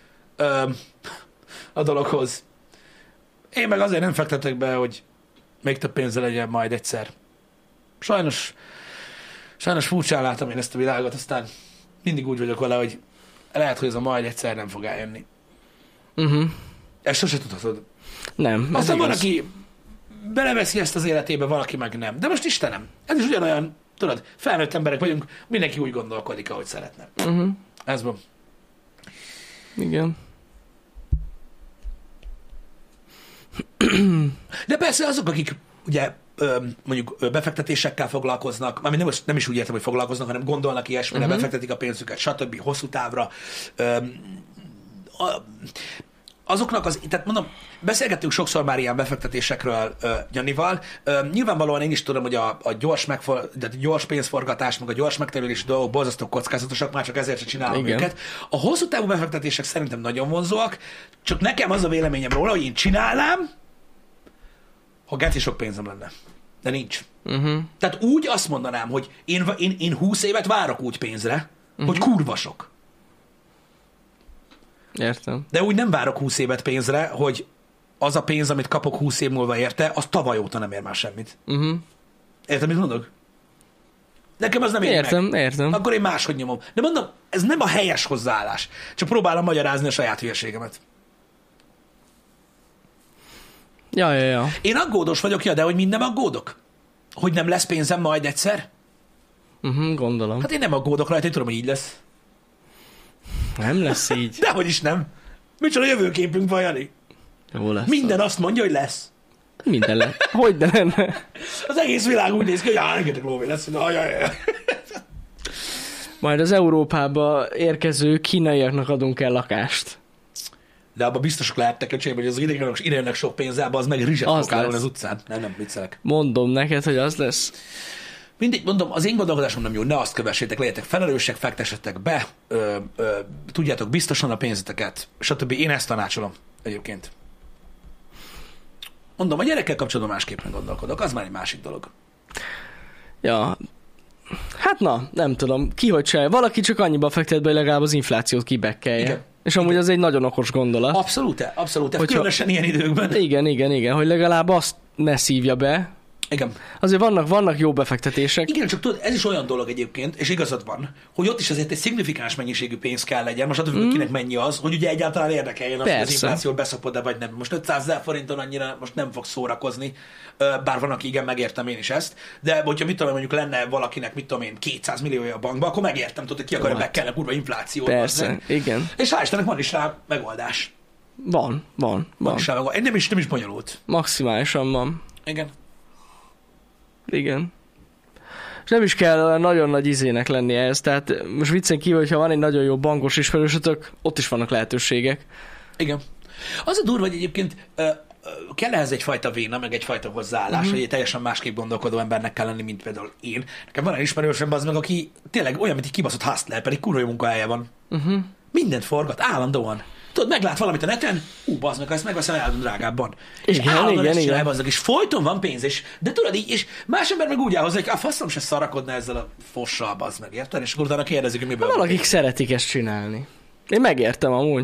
a dologhoz. Én meg azért nem fektetek be, hogy még több pénze legyen majd egyszer. Sajnos furcsán látom én ezt a világot, aztán mindig úgy vagyok vele, hogy lehet, hogy ez a majd egyszer nem fog eljönni. Uh-huh. Ezt sose tudhatod. Nem. Aztán van, aki beleveszi ezt az életébe, valaki meg nem. De most Istenem, ez is ugyanolyan, tudod, felnőtt emberek vagyunk, mindenki úgy gondolkodik, ahogy szeretne. Uh-huh. Ez van. Igen. De persze azok, akik ugye mondjuk befektetésekkel foglalkoznak, mármint nem is úgy értem, hogy foglalkoznak, hanem gondolnak ilyesmire, befektetik a pénzüket, stb. Hosszú távra. Azoknak tehát mondom, beszélgettünk sokszor már ilyen befektetésekről Janival. Nyilvánvalóan én is tudom, hogy a gyors pénzforgatás, meg a gyors megterülési dolgok borzasztó kockázatosak, már csak ezért sem csinálom őket. A hosszú távú befektetések szerintem nagyon vonzóak, csak nekem az a véleményem róla, hogy én csinálnám, ha geci sok pénzem lenne. De nincs. Uh-huh. Tehát úgy azt mondanám, hogy én 20 évet várok úgy pénzre, hogy kurva sok. Értem. De úgy nem várok 20 évet pénzre, hogy az a pénz, amit kapok 20 év múlva érte, az tavaly óta nem ér már semmit. Uh-huh. Érted, mit mondok? Nekem az nem ér meg. Értem. Akkor én máshogy nyomom. De mondom, ez nem a helyes hozzáállás. Csak próbálom magyarázni a saját hülyeségemet. Ja. Én aggódós vagyok, de hogy minden aggódok? Hogy nem lesz pénzem majd egyszer? Gondolom. Hát én nem aggódok rajta, én tudom, hogy így lesz. Nem lesz így. Dehogy is nem. Micsoda jövőképünk van, Jani? Jó lesz. Minden azt mondja, hogy lesz. Minden lehet. Hogy de lenne? Az egész világ úgy néz ki, hogy rengeteg lóvé lesz, hogy ajaj. Majd az Európába érkező kínaiaknak adunk el lakást. De abban biztosak lehettek, hogy az idegenek sok pénzába, az meg rizset Az fog állni lesz. az utcán. Nem viccelek. Mondom neked, hogy az lesz. Mindig mondom, az én gondolkodásom nem jó, ne azt kövessétek, legyetek felelősek, fektessetek be, tudjátok biztosan a pénzeteket, stb. Én ezt tanácsolom egyébként. Mondom, a gyerekkel kapcsolatban másképpen gondolkodok, az már egy másik dolog. Ja. Hát na, nem tudom. Ki hogy csinálja. Valaki csak annyiba fektet be, hogy legalább az inflációt kibekkelje. Igen. És amúgy az egy nagyon okos gondolat. Abszolút, Hogyha- különösen ilyen időkben. Igen, hogy legalább azt ne szívja be. Igen. Azért vannak jó befektetések. Igen, csak tudod, ez is olyan dolog egyébként, és igazad van, hogy ott is azért egy szignifikáns mennyiségű pénz kell legyen, most attól, hogy kinek mennyi az, hogy ugye egyáltalán érdekeljen az, hogy az Persze. inflációt beszapod-e vagy nem. Most 500 000 forinton annyira most nem fog szórakozni, bár van, aki igen, megértem én is ezt, de hogyha mit tudom, mondjuk lenne valakinek, mit tudom én, 200 milliója a bankba, akkor megértem, tudod, hogy ki akarja megkelni a kurva inflációt. Persze, bazzeg. igen. És hál' Istennek van is rá megoldás. Van. Van is rá megoldás. Nem is bonyolult. Maximálisan van. Igen. Igen. És nem is kell olyan nagyon nagy izének lenni ehhez, tehát most viccen kívül, hogyha van egy nagyon jó bankos ismerősötök, ott is vannak lehetőségek. Igen. Az a durva, hogy egyébként kell ehhez egyfajta véna, meg egyfajta hozzáállás, hogy egy teljesen másképp gondolkodó embernek kell lenni, mint például én. Nekem van egy ismerősöm, az meg, aki tényleg olyan, mint egy kibaszott hustler, pedig kurva jó munkahelye van. Mindent forgat, állandóan. Tudod, meglát valamit a neten, bazd meg, ezt megveszem eladom drágábban. És Igen, állandóan igen, ezt csinálja, igen. bazdmeg, és folyton van pénz, de tudod így, és más ember meg úgy áll hozzá, hogy a faszom se szarakodna ezzel a fossal, bazd meg, érted? És akkor utána kérdezik, hogy miből van. Valakik szeretik ezt csinálni. Én megértem amúgy.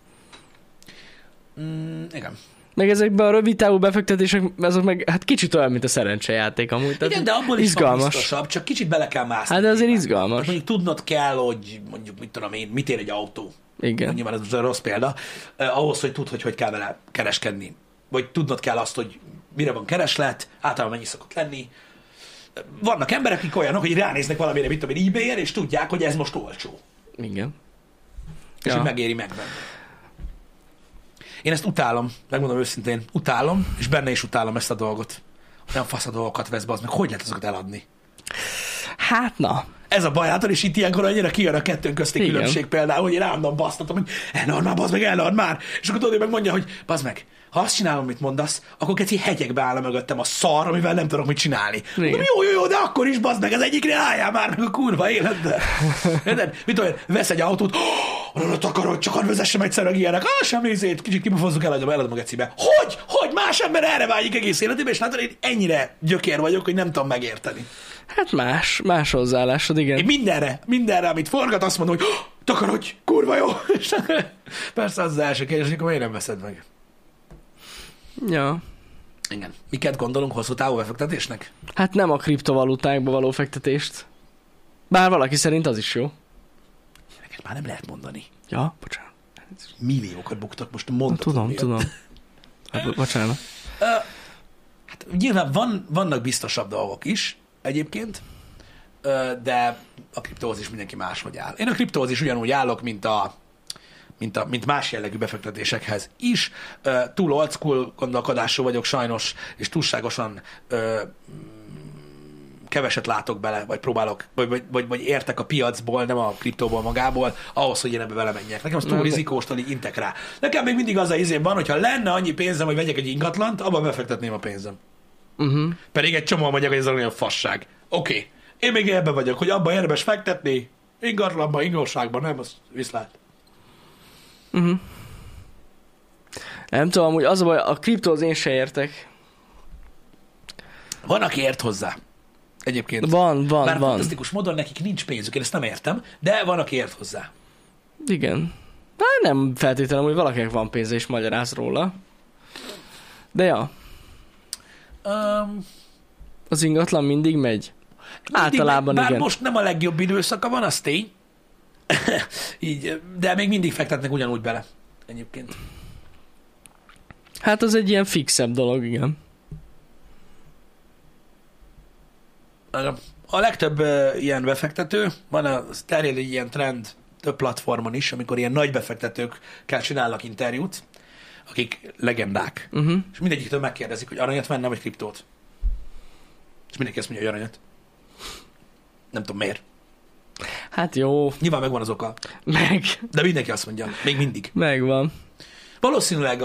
Igen. Meg ezekben a rövid távú befektetések, azok meg hát kicsit olyan, mint a szerencsejáték amúgy. Tehát Igen, de abból is van izgalmas. biztosabb, csak kicsit bele kell mászni. Hát de azért nyilván. izgalmas. Tehát mondjuk tudnod kell, hogy mondjuk, mit tudom én, mit ér egy autó. Igen. Nyilván ez most egy rossz példa. Ahhoz, hogy tudd, hogy kell vele kereskedni. Vagy tudnod kell azt, hogy mire van kereslet, általában mennyi szokott lenni. Vannak emberek, akik olyanok, hogy ránéznek valamire, mit tudom én, eBay-en, és tudják, hogy ez most olcsó. Igen. És Ja. hogy megéri megvenni. Én ezt utálom, megmondom őszintén, utálom, és benne is utálom ezt a dolgot. Olyan fasz a dolgokat vesz be, az meg hogy lehet azokat eladni? Hát na. Ez a baj, hát és itt ilyenkor annyira kijön a kettőnk közti Igen. különbség például, hogy én állandóan basztatom, hogy elad már, bazd meg, elad már. És akkor tudod, hogy megmondja, hogy bazd meg, ha azt csinálom, mit mondasz, akkor keci hegyekbe áll mögöttem a szar, amivel nem tudok mit csinálni. Mondom, jó, de akkor is bazd meg, az egyiknél álljál már meg a kurva életbe. Érted? Mit tudom, vesz egy autót, a takarod, csak hadd vezessem egyszer meg ilyenek, sem nézét, kicsit kibafozzuk, eladom a gecibe. Hogy más ember erre vágyik egész életében, és látod, én ennyire gyökér vagyok, hogy nem tudom megérteni. Hát más hozzáállásod, igen. Én mindenre, amit forgat, azt mondom, hogy takarodj, kurva jó. És persze az az első kérdés, hogy akkor miért nem veszed meg? Ja. Igen. Miket gondolunk hosszú távú befektetésnek? Hát nem a kriptovalutákba való fektetést. Bár valaki szerint az is jó. Neked már nem lehet mondani. Ja, bocsánat. Milliókat buktak, most mondhatom. Tudom. Bocsánat. Hát nyilván vannak biztosabb dolgok is egyébként, de a kriptózis mindenki máshogy áll. Én a kriptózis ugyanúgy állok, mint más jellegű befektetésekhez is. Túl old school gondolkodású vagyok sajnos, és túlságosan keveset látok bele, vagy próbálok, vagy értek a piacból, nem a kriptóból magából, ahhoz, hogy én ebbe vele menjek. Nekem az túl rizikóstól így intek rá. Nekem még mindig az a izém van, hogyha lenne annyi pénzem, hogy vegyek egy ingatlant, abban befektetném a pénzem. Pedig egy csomó mondják, hogy ez olyan fasság. Oké. Én még ebben vagyok, hogy abban érdemes fektetni, ingatlanban, ingóságban, nem, az viszlát. Nem tudom, hogy az a baj, a kriptóhoz én se értek. Van, aki ért hozzá. Egyébként. Van. Bár fantasztikus módon nekik nincs pénzük, én ezt nem értem, de van, aki ért hozzá. Igen. Nem feltétlenül, hogy valakinek van pénze és magyaráz róla. De ja, az ingatlan mindig megy. Általában bár igen. most nem a legjobb időszaka van, az tény. Így, de még mindig fektetnek ugyanúgy bele. Egyébként. Hát az egy ilyen fixebb dolog, igen. A legtöbb ilyen befektető, terjed egy ilyen trend több platformon is, amikor ilyen nagy befektetőkkel csinálnak interjút, akik legendák, és mindegyiktől megkérdezik, hogy aranyat venne, vagy kriptót. És mindenki azt mondja, hogy aranyat. Nem tudom miért. Hát jó. Nyilván megvan az oka. Meg. De mindenki azt mondja, még mindig. Megvan. Valószínűleg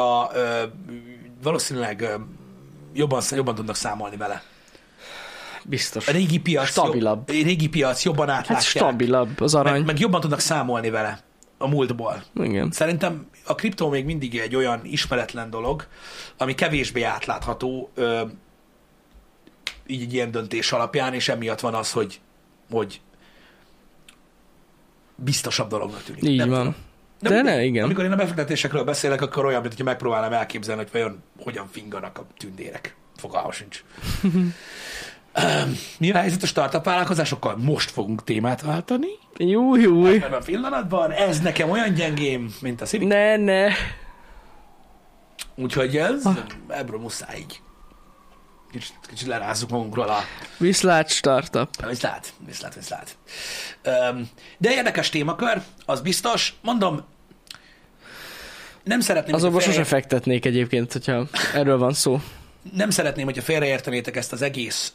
jobban tudnak számolni vele. Biztos. A régi piac Stabilabb. Régi piac jobban átlátják. Hát stabilabb az arany. Meg jobban tudnak számolni vele a múltból. Igen. Szerintem a kriptó még mindig egy olyan ismeretlen dolog, ami kevésbé átlátható így egy ilyen döntés alapján, és emiatt van az, hogy biztosabb dolognak tűnik. Így nem van. Tudom. De ne, igen. Amikor én a befektetésekről beszélek, akkor olyan, mintha megpróbálnám elképzelni, hogy vajon hogyan finganak a tündérek. Fogalma sincs. Mi a helyzet a startup vállalkozásokkal? Most fogunk témát váltani. Júj. Ebben a pillanatban ez nekem olyan gyengém, mint a színik. Ne. Úgyhogy ebből muszáj így. Kicsit lerázzuk magunkról a... Viszlát startup. Viszlát. De érdekes témakör, az biztos. Mondom, nem szeretném... Azonban sose fektetnék egyébként, hogyha erről van szó. Nem szeretném, hogyha félreértenétek ezt az egész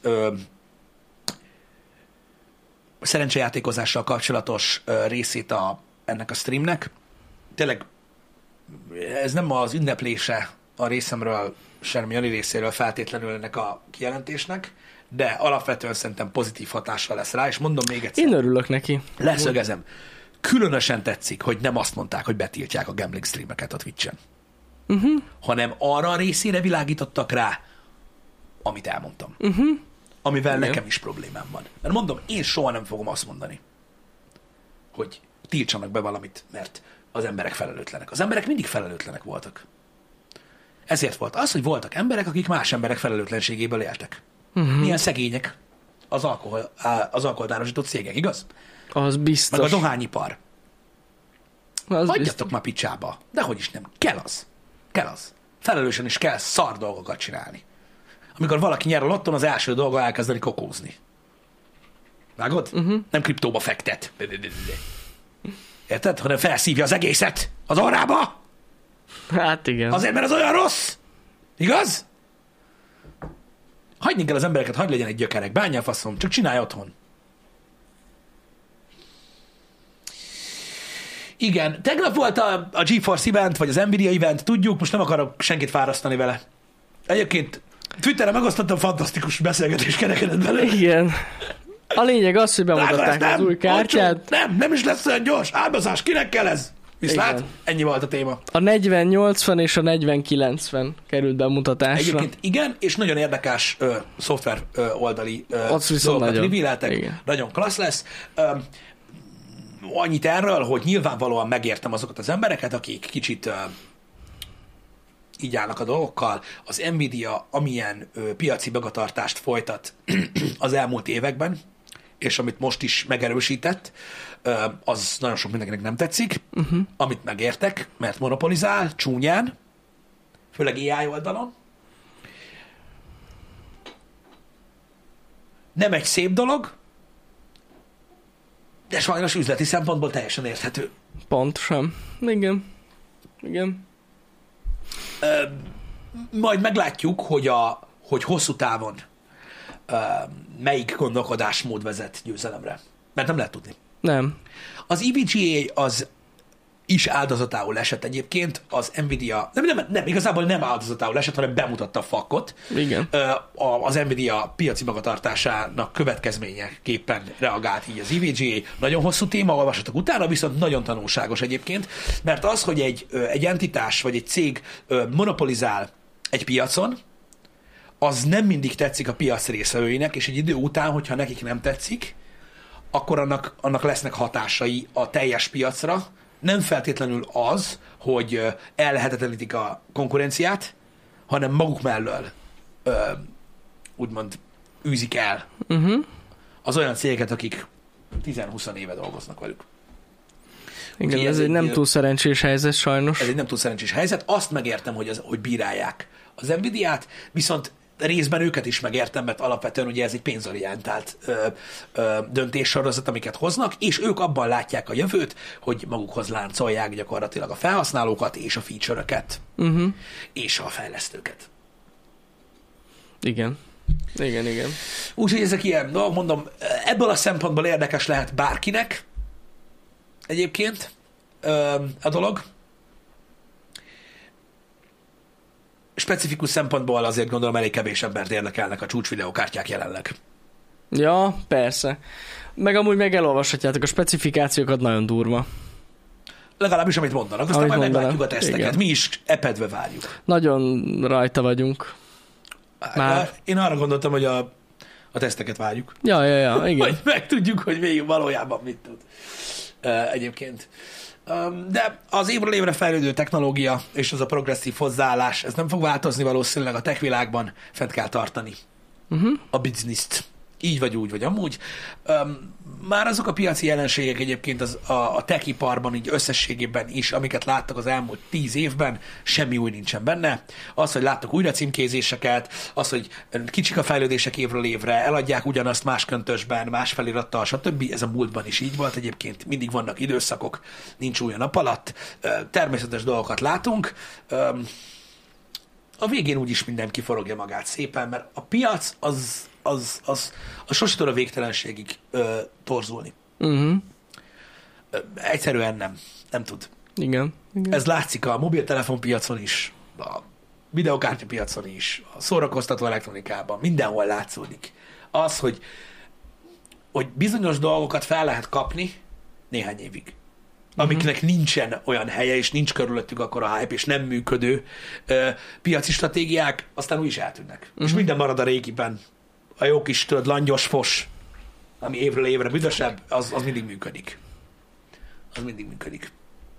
szerencsejátékozással kapcsolatos részét ennek a streamnek. Tényleg ez nem az ünneplése a részemről, sem Jani részéről feltétlenül ennek a kijelentésnek, de alapvetően szerintem pozitív hatással lesz rá, és mondom még egyszer. Én örülök neki. Leszögezem. Különösen tetszik, hogy nem azt mondták, hogy betiltják a gambling streameket a Twitch-en, hanem arra a részére világítottak rá, amit elmondtam. Amivel nekem is problémám van. Mert mondom, én soha nem fogom azt mondani, hogy tiltsanak be valamit, mert az emberek felelőtlenek. Az emberek mindig felelőtlenek voltak. Ezért volt az, hogy voltak emberek, akik más emberek felelőtlenségéből éltek. Milyen szegények az alkoholárosított cégek, igaz? Az biztos. Meg a dohányipar. Hagyjatok biztos. már picsába. Dehogy is nem. Kell az. Felelősen is kell szar dolgokat csinálni. Amikor valaki nyer a lotton, az első dolga elkezdeni kokózni. Vágod? Nem kriptóba fektet. Érted? Hanem felszívja az egészet az orrába. Hát igen. Azért, mert az olyan rossz. Igaz? Hagyni kell az embereket, hagyj legyen egy gyökerek. Bánja faszom, csak csinálj otthon. Igen, tegnap volt a GeForce event, vagy az Nvidia event, tudjuk, most nem akarok senkit fárasztani vele. Egyébként Twitteren megosztottam, fantasztikus beszélgetés kerekedett belőle. Igen. A lényeg az, hogy bemutatták az új kártyát. Olcsó. Nem is lesz olyan gyors. Áldozás, kinek kell ez? Viszlát? Ennyi volt a téma. A 4080 és a 4090 került bemutatásra. Egyébként igen, és nagyon érdekes szoftver oldali dolgokat revealeltek. Nagyon klassz lesz. Annyit erről, hogy nyilvánvalóan megértem azokat az embereket, akik kicsit így állnak a dolgokkal. Az Nvidia amilyen piaci magatartást folytat az elmúlt években, és amit most is megerősített, az nagyon sok mindenkinek nem tetszik, amit megértek, mert monopolizál csúnyán, főleg AI oldalon. Nem egy szép dolog, de sajnos üzleti szempontból teljesen érthető. Pontosan. Igen. Majd meglátjuk, hogy hosszú távon melyik gondolkodásmód vezet győzelemre. Mert nem lehet tudni. Nem. Az EVGA az is áldozatául esett egyébként, az Nvidia, nem, igazából nem áldozatául esett, hanem bemutatta a fakkot. Igen. Az Nvidia piaci magatartásának következményeképpen reagált így az EVGA. Nagyon hosszú téma, olvassatok utána, viszont nagyon tanulságos egyébként, mert az, hogy egy entitás vagy egy cég monopolizál egy piacon, az nem mindig tetszik a piac részvevőinek, és egy idő után, hogyha nekik nem tetszik, akkor annak lesznek hatásai a teljes piacra. Nem feltétlenül az, hogy ellehetetlenítik a konkurenciát, hanem maguk mellől úgymond űzik el az olyan cégeket, akik 10-20 éve dolgoznak velük. Igen, ez egy nem túl szerencsés helyzet sajnos. Ez egy nem túl szerencsés helyzet. Azt megértem, hogy bírálják az Nvidiát, viszont részben őket is megértem, mert alapvetően ugye ez egy pénzorientált döntéssorozat, amiket hoznak, és ők abban látják a jövőt, hogy magukhoz láncolják gyakorlatilag a felhasználókat és a feature-öket, és a fejlesztőket. Igen. Igen. Úgyhogy ezek ilyen dolgok, mondom, ebből a szempontból érdekes lehet bárkinek egyébként a dolog. Specifikus szempontból azért gondolom elég kevés embert érdekelnek a csúcsvideókártyák jelenleg. Ja, persze. Meg amúgy meg elolvashatjátok a specifikációkat, nagyon durva. Legalábbis amit mondanak, aztán majd meglátjuk a teszteket. Igen. Mi is epedve várjuk. Nagyon rajta vagyunk. Már. Én arra gondoltam, hogy a teszteket várjuk. Ja, igen. Hogy megtudjuk, hogy még valójában mit tud. Egyébként. De az évről évre fejlődő technológia és az a progresszív hozzáállás, ez nem fog változni valószínűleg a tech világban, fent kell tartani a bizniszt. Így vagy úgy, vagy amúgy. Már azok a piaci jelenségek egyébként a tech-iparban így összességében is, amiket láttak az elmúlt 10 évben, semmi új nincsen benne. Az, hogy láttak újra címkézéseket, az, hogy kicsik a fejlődések évről évre, eladják ugyanazt más köntösben, más felirattal, stb. Ez a múltban is így volt egyébként. Mindig vannak időszakok, nincs új a nap alatt. Természetes dolgokat látunk. A végén úgyis mindenki forogja magát szépen, mert a piac az sose tud a végtelenségig torzulni. Egyszerűen nem tud. Igen. Ez látszik a mobiltelefonpiacon is, a videokártyapiacon is, a szórakoztató elektronikában, mindenhol látszódik. Az, hogy bizonyos dolgokat fel lehet kapni néhány évig, amiknek nincsen olyan helye, és nincs körülöttük akkor a hype, és nem működő piaci stratégiák, aztán úgy is eltűnnek. És minden marad a régiben. A jó kis, tudod, langyos fos, ami évről évre büdösebb, az mindig működik. Az mindig működik.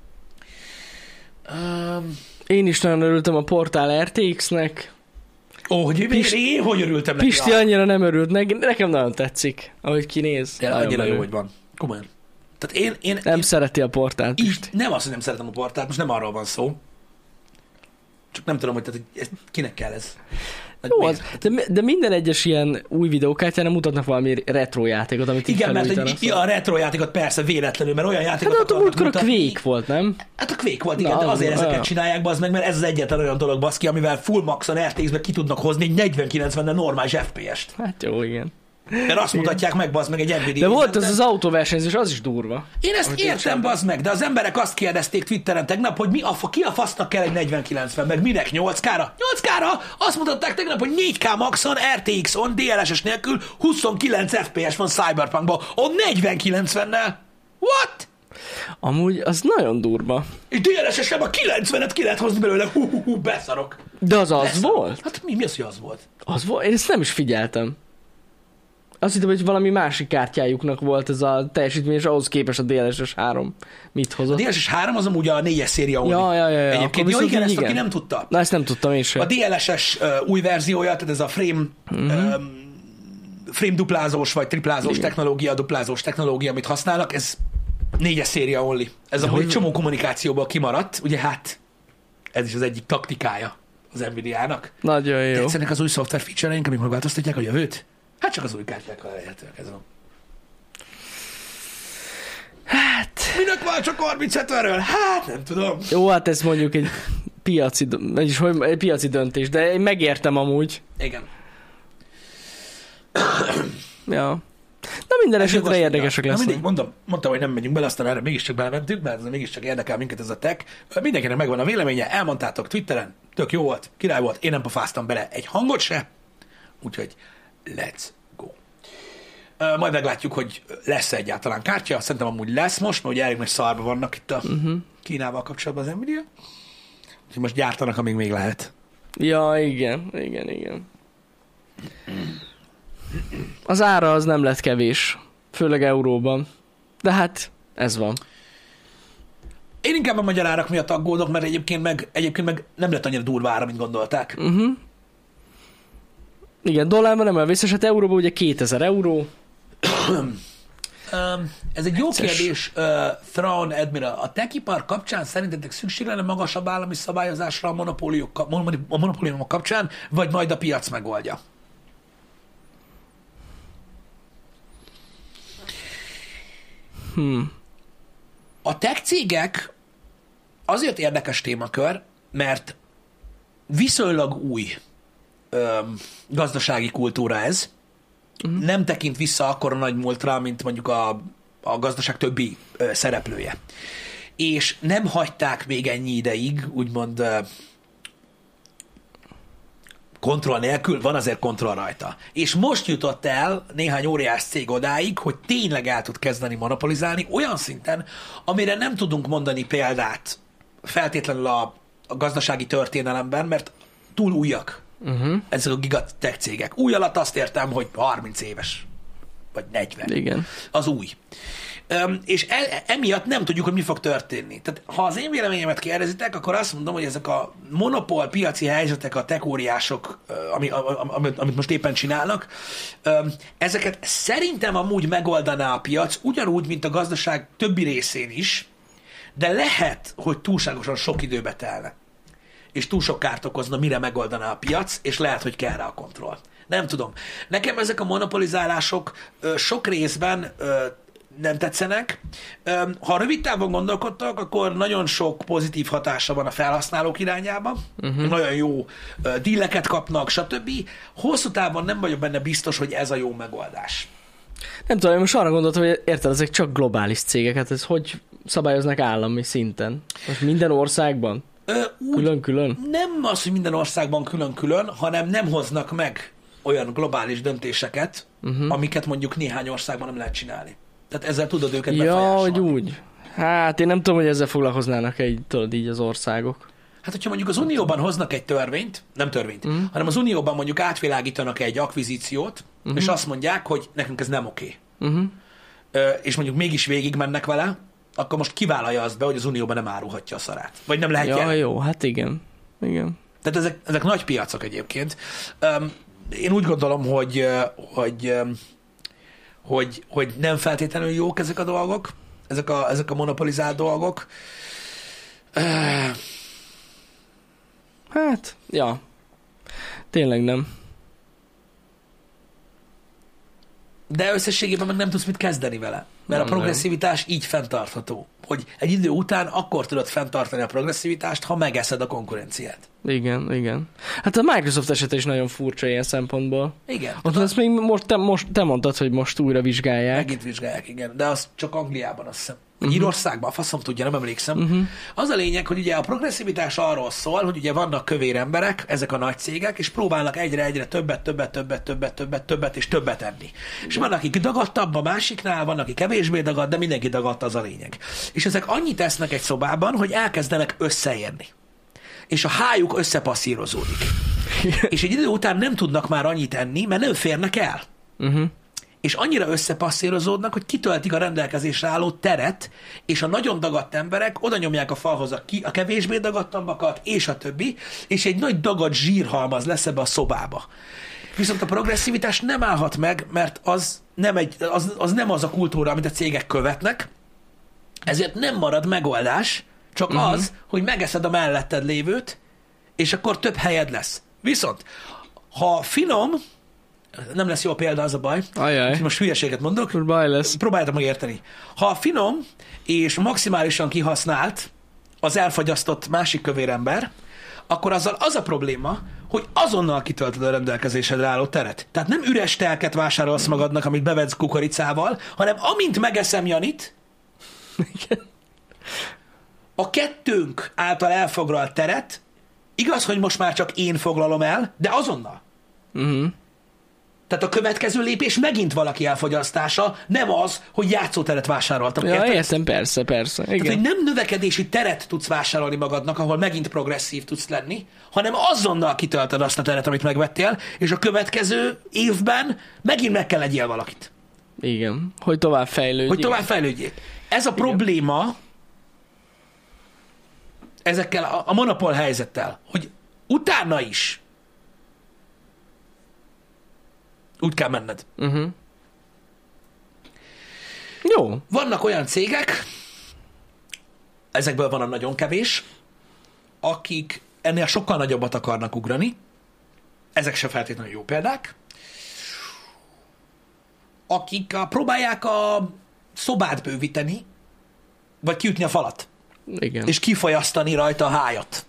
Én is nagyon örültem a Portál RTX-nek. Hogy örültem neki. Pisti annyira nem örült, nekem nagyon tetszik, ahogy kinéz. De annyira jó, hogy van. Komolyan. Tehát én nem szereti a Portált. Nem azt, hogy nem szeretem a Portált, most nem arról van szó. Csak nem tudom, hogy kinek kell ez. Jó, de minden egyes ilyen új videókártyán mutatnak valami retro játékot, amit igen, mert a retro játékot persze véletlenül, mert olyan játékot hát akarnak mutatni. Hát a Quake volt, nem? Hát a Quake volt, igen, de azért ezeket csinálják, bazd meg, mert ez az egyetlen olyan dolog, baszki, amivel full maxon RTX-be ki tudnak hozni egy 40-90-nel normális FPS-t. Hát jó, igen. Mert azt mutatják meg, bazd meg, egy Nvidia. De volt ez az autóversenyzés, az is durva. Én ezt értem, bazd meg, de az emberek azt kérdezték Twitteren tegnap, hogy ki a fasznak kell egy 40-90, meg minek 8K-ra? 8K-ra azt mutatták tegnap, hogy 4K maxon, RTX-on, DLSS nélkül 29 FPS van Cyberpunkban, on 40-90-nel. What? Amúgy az nagyon durva. És DLSS-en a 90-et ki lehet hozni belőle, beszarok. De az volt? Hát mi az, hogy az volt? Az volt? Én ezt nem is figyeltem. Azt hittem, hogy valami másik kártyájuknak volt ez a teljesítmény, és ahhoz képest a DLSS 3 mit hozott. A DLSS 3 az amúgy a 4-es széria only. Ja. Egyébként jó, igen, ezt aki nem tudta. Na, ezt nem tudtam én sem. A DLSS új verziója, tehát ez a frame duplázós vagy triplázós technológia, duplázós technológia, amit használnak, ez 4-es széria only. Ez ahogy egy csomó kommunikációból kimaradt, ugye hát ez is az egyik taktikája az Nvidia-nak. Nagyon jó. Tetszenek az új szoftver feature-eink, amik megváltoztatják a jövőt? Hát csak az új kártyákkal elérhetőek ez van. Hát... Minek már csak 30-70-ről? Hát nem tudom. Jó, hát ez mondjuk egy piaci döntés, de én megértem amúgy. Igen. Ja. Na minden esetre érdekesek lesznek. Mindig mondtam, hogy nem megyünk bele, aztán erre mégiscsak belementünk, mert ez mégiscsak érdekel minket ez a tech. Mindenkinek megvan a véleménye, elmondtátok Twitteren, tök jó volt, király volt, én nem pofáztam bele egy hangot se, úgyhogy let's go. Majd meglátjuk, hogy lesz egyáltalán kártya. Szerintem amúgy lesz most, mert ugye elég nagy szarba vannak itt a Kínával kapcsolatban az Nvidia. Úgyhogy most gyártanak, amíg még lehet. Ja, igen. Az ára az nem lett kevés. Főleg euróban. De hát, ez van. Én inkább a magyar árak miatt aggódok, mert egyébként meg nem lett annyira durva ára, mint gondolták. Igen, dollárban nem olyan vissza, hát euróban ugye 2000 euró. Ez egy jó kérdés, Thrawn Admiral. A techipar kapcsán szerintetek szükség lenne magasabb állami szabályozásra a monopóliumok kapcsán, vagy majd a piac megoldja? A tech cégek azért érdekes témakör, mert viszonylag új gazdasági kultúra ez. Nem tekint vissza akkora nagy múltra, mint mondjuk a gazdaság többi szereplője. És nem hagyták még ennyi ideig, úgymond kontroll nélkül, van azért kontroll rajta. És most jutott el néhány óriás cég odáig, hogy tényleg el tud kezdeni monopolizálni olyan szinten, amire nem tudunk mondani példát feltétlenül a gazdasági történelemben, mert túl újak ezek a gigatech cégek. Új alatt azt értem, hogy 30 éves, vagy 40. Igen. Az új. És emiatt nem tudjuk, hogy mi fog történni. Tehát ha az én véleményemet kérdezitek, akkor azt mondom, hogy ezek a monopól piaci helyzetek, a tech óriások, amit most éppen csinálnak, ezeket szerintem amúgy megoldaná a piac, ugyanúgy, mint a gazdaság többi részén is, de lehet, hogy túlságosan sok időbe telne. És túl sok kárt okozna, mire megoldaná a piac, és lehet, hogy kell rá a kontroll. Nem tudom. Nekem ezek a monopolizálások sok részben nem tetszenek. Ha rövid távon gondolkodtak, akkor nagyon sok pozitív hatása van a felhasználók irányába. Nagyon jó díleket kapnak, stb. Hosszú távon nem vagyok benne biztos, hogy ez a jó megoldás. Nem tudom, én most arra gondoltam, hogy érted, ezek csak globális cégek, hát ez hogy szabályoznak állami szinten? Most minden országban? Külön-külön? Nem az, hogy minden országban külön-külön, hanem nem hoznak meg olyan globális döntéseket, amiket mondjuk néhány országban nem lehet csinálni. Tehát ezzel tudod őket befolyásolni. Ja, hogy úgy. Hát én nem tudom, hogy ezzel foglalkoznának tudod így az országok. Hát, hogyha mondjuk az Unióban hoznak egy törvényt, nem törvényt, hanem az Unióban mondjuk átvilágítanak egy akvizíciót, és azt mondják, hogy nekünk ez nem oké. És mondjuk mégis végig mennek vele, akkor most kivállalja azt be, hogy az Unióban nem árulhatja a szarát. Vagy nem lehet jelen. Jó, hát igen. Igen. Tehát ezek nagy piacok egyébként. Én úgy gondolom, hogy nem feltétlenül jók ezek a dolgok, ezek a monopolizált dolgok. Hát, ja. Tényleg nem. De összességében meg nem tudsz mit kezdeni vele. Mert a progresszivitás így fenntartható. Hogy egy idő után akkor tudod fenntartani a progresszivitást, ha megeszed a konkurenciát. Igen, igen. Hát a Microsoft esete is nagyon furcsa ilyen szempontból. Igen. Ott ezt még te mondtad, hogy most újra vizsgálják. Megint vizsgálják, igen. De az csak Angliában, azt hiszem. Írországban, a faszom tudja, nem emlékszem. Az a lényeg, hogy ugye a progresszivitás arról szól, hogy ugye vannak kövér emberek, ezek a nagy cégek, és próbálnak egyre többet és többet enni. És van, akik dagadtabb a másiknál, van, aki kevésbé dagadt, de mindenki dagadt, az a lényeg. És ezek annyit tesznek egy szobában, hogy elkezdenek összeérni. És a hájuk összepasszírozódik. És egy idő után nem tudnak már annyit enni, mert nem férnek el. És annyira összepasszírozódnak, hogy kitöltik a rendelkezésre álló teret, és a nagyon dagadt emberek oda nyomják a falhoz a kevésbé dagadtabbakat, és a többi, és egy nagy dagadt zsírhalmaz lesz ebbe a szobába. Viszont a progresszivitás nem állhat meg, mert az nem az a kultúra, amit a cégek követnek, ezért nem marad megoldás, csak az, hogy megeszed a melletted lévőt, és akkor több helyed lesz. Viszont, ha finom, nem lesz jó a példa, az a baj. Ajaj. Most hülyeséget mondok. Baj lesz. Próbáljátok meg érteni. Ha finom és maximálisan kihasznált az elfagyasztott másik kövér ember, akkor azzal az a probléma, hogy azonnal kitöltöd a rendelkezésedre álló teret. Tehát nem üres telket vásárolsz magadnak, amit bevedsz kukoricával, hanem amint megeszem Janit, a kettőnk által elfoglalt teret, igaz, hogy most már csak én foglalom el, de azonnal. Tehát a következő lépés megint valaki elfogyasztása, nem az, hogy játszóteret vásároltam. Ja, értem, persze. Igen. Tehát, hogy nem növekedési teret tudsz vásárolni magadnak, ahol megint progresszív tudsz lenni, hanem azonnal kitöltöd azt a teret, amit megvettél, és a következő évben megint meg kell legyél valakit. Igen, hogy tovább fejlődjél. Ez a probléma ezekkel a monopól helyzettel, hogy utána is úgy kell menned. Jó. Vannak olyan cégek, ezekből van a nagyon kevés, akik ennél sokkal nagyobbat akarnak ugrani. Ezek se feltétlenül jó példák. Akik próbálják a szobát bővíteni, vagy kiütni a falat. Igen. És kifolyasztani rajta a hájat.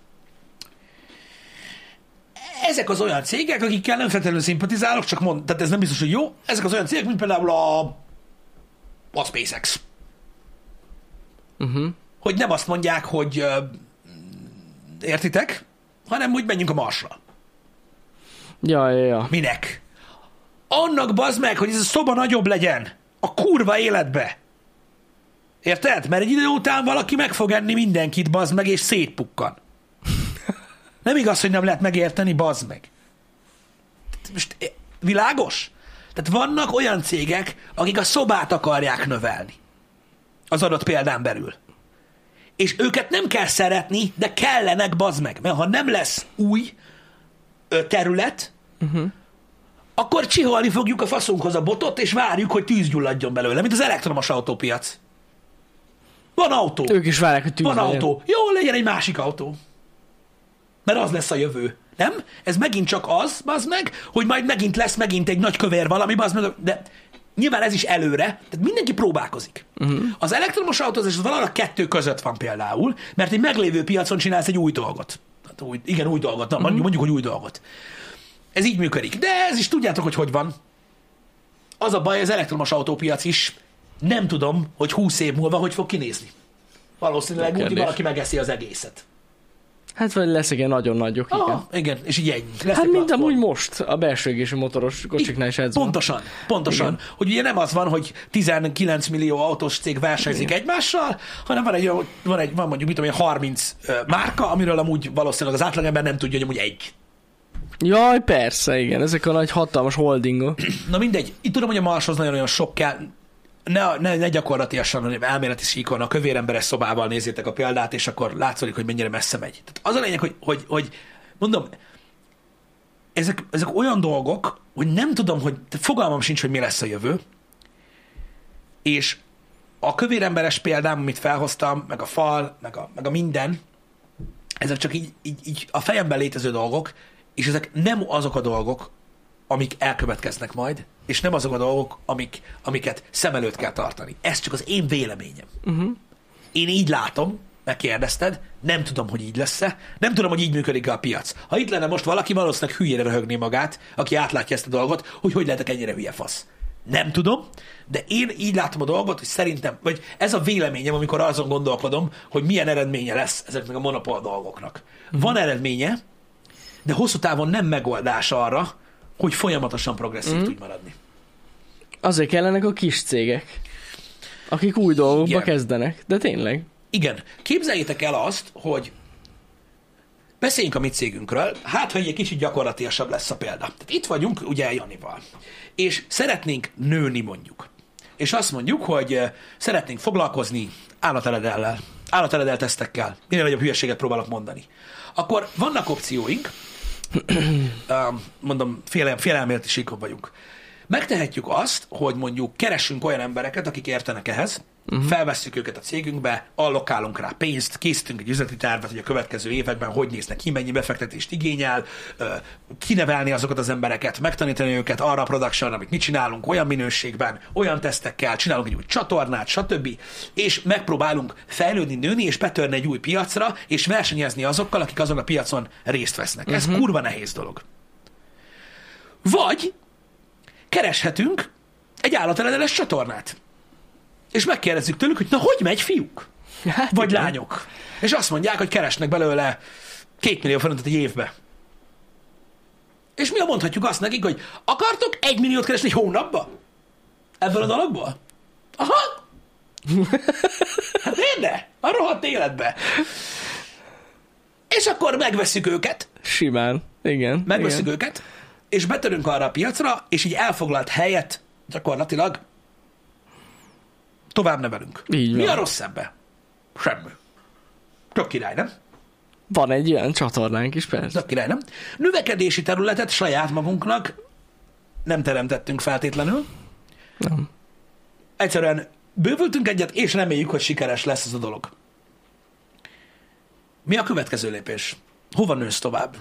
Ezek az olyan cégek, akikkel nem feltétlenül szimpatizálok, csak tehát ez nem biztos, hogy jó. Ezek az olyan cégek, mint például a SpaceX. Hogy nem azt mondják, hogy értitek, hanem úgy menjünk a Marsra. Ja. Minek? Annak bazd meg, hogy ez a szoba nagyobb legyen. A kurva életbe. Érted? Mert egy idő után valaki meg fog enni mindenkit, bazd meg, és szétpukkan. Nem igaz, hogy nem lehet megérteni, bazd meg. Most világos? Tehát vannak olyan cégek, akik a szobát akarják növelni. Az adott példán belül. És őket nem kell szeretni, de kellenek, bazd meg. Mert ha nem lesz új terület, akkor csiholni fogjuk a faszunkhoz a botot, és várjuk, hogy tűz gyulladjon belőle, mint az elektromos autópiac. Van autó. Ők is várják, hogy tűz Van legyen. autó. Jó, legyen egy másik autó. Mert az lesz a jövő. Nem? Ez megint csak az, bazd meg, hogy majd megint lesz megint egy nagy kövér valami, bazd meg, de nyilván ez is előre, tehát mindenki próbálkozik. Az elektromos autózás az valahol a kettő között van például, mert egy meglévő piacon csinálsz egy új dolgot. Hát új dolgot, na, mondjuk, hogy új dolgot. Ez így működik. De ez is tudjátok, hogy van. Az a baj, az elektromos autópiac is nem tudom, hogy 20 év múlva hogy fog kinézni. Valószínűleg úgy, hogy valaki megeszi az egészet. Hát vagy lesz igen, nagyon nagyok, igen. Igen, és így ennyi. Hát mint amúgy most a belső égésű motoros kocsiknál is ez van. Pontosan. Igen. Hogy ugye nem az van, hogy 19 millió autós cég versenyzik egymással, hanem van mondjuk, mit tudom én, 30 márka, amiről amúgy valószínűleg az átlagember nem tudja, hogy amúgy egy. Jaj, persze, igen, ezek a nagy hatalmas holdingok. Na mindegy, itt tudom, hogy a Marshoz nagyon-nagyon sok kell, ne gyakorlatilag, hanem elméleti síkon, a kövér emberes szobával nézzétek a példát, és akkor látszik, hogy mennyire messze megy. Tehát az a lényeg, hogy mondom, ezek olyan dolgok, hogy nem tudom, hogy fogalmam sincs, hogy mi lesz a jövő, és a kövér emberes példám, amit felhoztam, meg a fal, meg a minden, ezek csak így a fejemben létező dolgok, és ezek nem azok a dolgok, amik elkövetkeznek majd, és nem azok a dolgok, amiket szem előtt kell tartani. Ez csak az én véleményem. Én így látom, megkérdezted, nem tudom, hogy így lesz-e, nem tudom, hogy így működik a piac. Ha itt lenne most valaki, valószínűleg hülyére röhögné magát, aki átlátja ezt a dolgot, hogy lehetek ennyire hülye fasz. Nem tudom, de én így látom a dolgot, hogy szerintem, vagy ez a véleményem, amikor azon gondolkodom, hogy milyen eredménye lesz ezeknek a monopól dolgoknak. Van eredménye, de hosszú távon nem megoldás arra, hogy folyamatosan progresszív tudj maradni. Azért kellenek a kis cégek, akik új dolgokba kezdenek, de tényleg. Igen. Képzeljétek el azt, hogy beszéljünk a mi cégünkről, hát, hogy egy kicsit gyakorlatilasabb lesz a példa. Tehát itt vagyunk, ugye Janival, és szeretnénk nőni mondjuk. És azt mondjuk, hogy szeretnénk foglalkozni állateledellel, állateledel tesztekkel. Minél nagyobb hülyeséget próbálok mondani. Akkor vannak opcióink, mondom, félelméleti síkon vagyunk. Megtehetjük azt, hogy mondjuk keressünk olyan embereket, akik értenek ehhez, felvesszük őket a cégünkbe, allokálunk rá pénzt, készítünk egy üzleti tervet, hogy a következő években hogy néznek ki, mennyi befektetést igényel, kinevelni azokat az embereket, megtanítani őket arra a productionra, amit mi csinálunk, olyan minőségben, olyan tesztekkel, csinálunk egy új csatornát, stb. És megpróbálunk fejlődni, nőni, és betörni egy új piacra, és versenyezni azokkal, akik azon a piacon részt vesznek. Ez kurva nehéz dolog. Vagy kereshetünk egy állateledeles csatornát. És megkérdezzük tőlük, hogy na, hogy megy, fiúk? Hát Vagy igen. lányok? És azt mondják, hogy keresnek belőle 2 millió forintot egy évbe. És mi mondhatjuk azt nekik, hogy akartok 1 milliót keresni egy hónapba? Ebből a dologból? Aha! Hát miért ne? A rohadt életbe. És akkor megvesszük őket. Simán, igen. Megvesszük őket, és betörünk arra a piacra, és így elfoglalt helyet gyakorlatilag tovább nevelünk. Így van. Mi a rossz ebbe? Semmi. Tök király, nem? Van egy olyan csatornánk is, persze. Tök király, nem? Növekedési területet saját magunknak nem teremtettünk feltétlenül. Nem. Egyszerűen Bővültünk egyet, és reméljük, hogy sikeres lesz ez a dolog. Mi a következő lépés? Hova nősz tovább?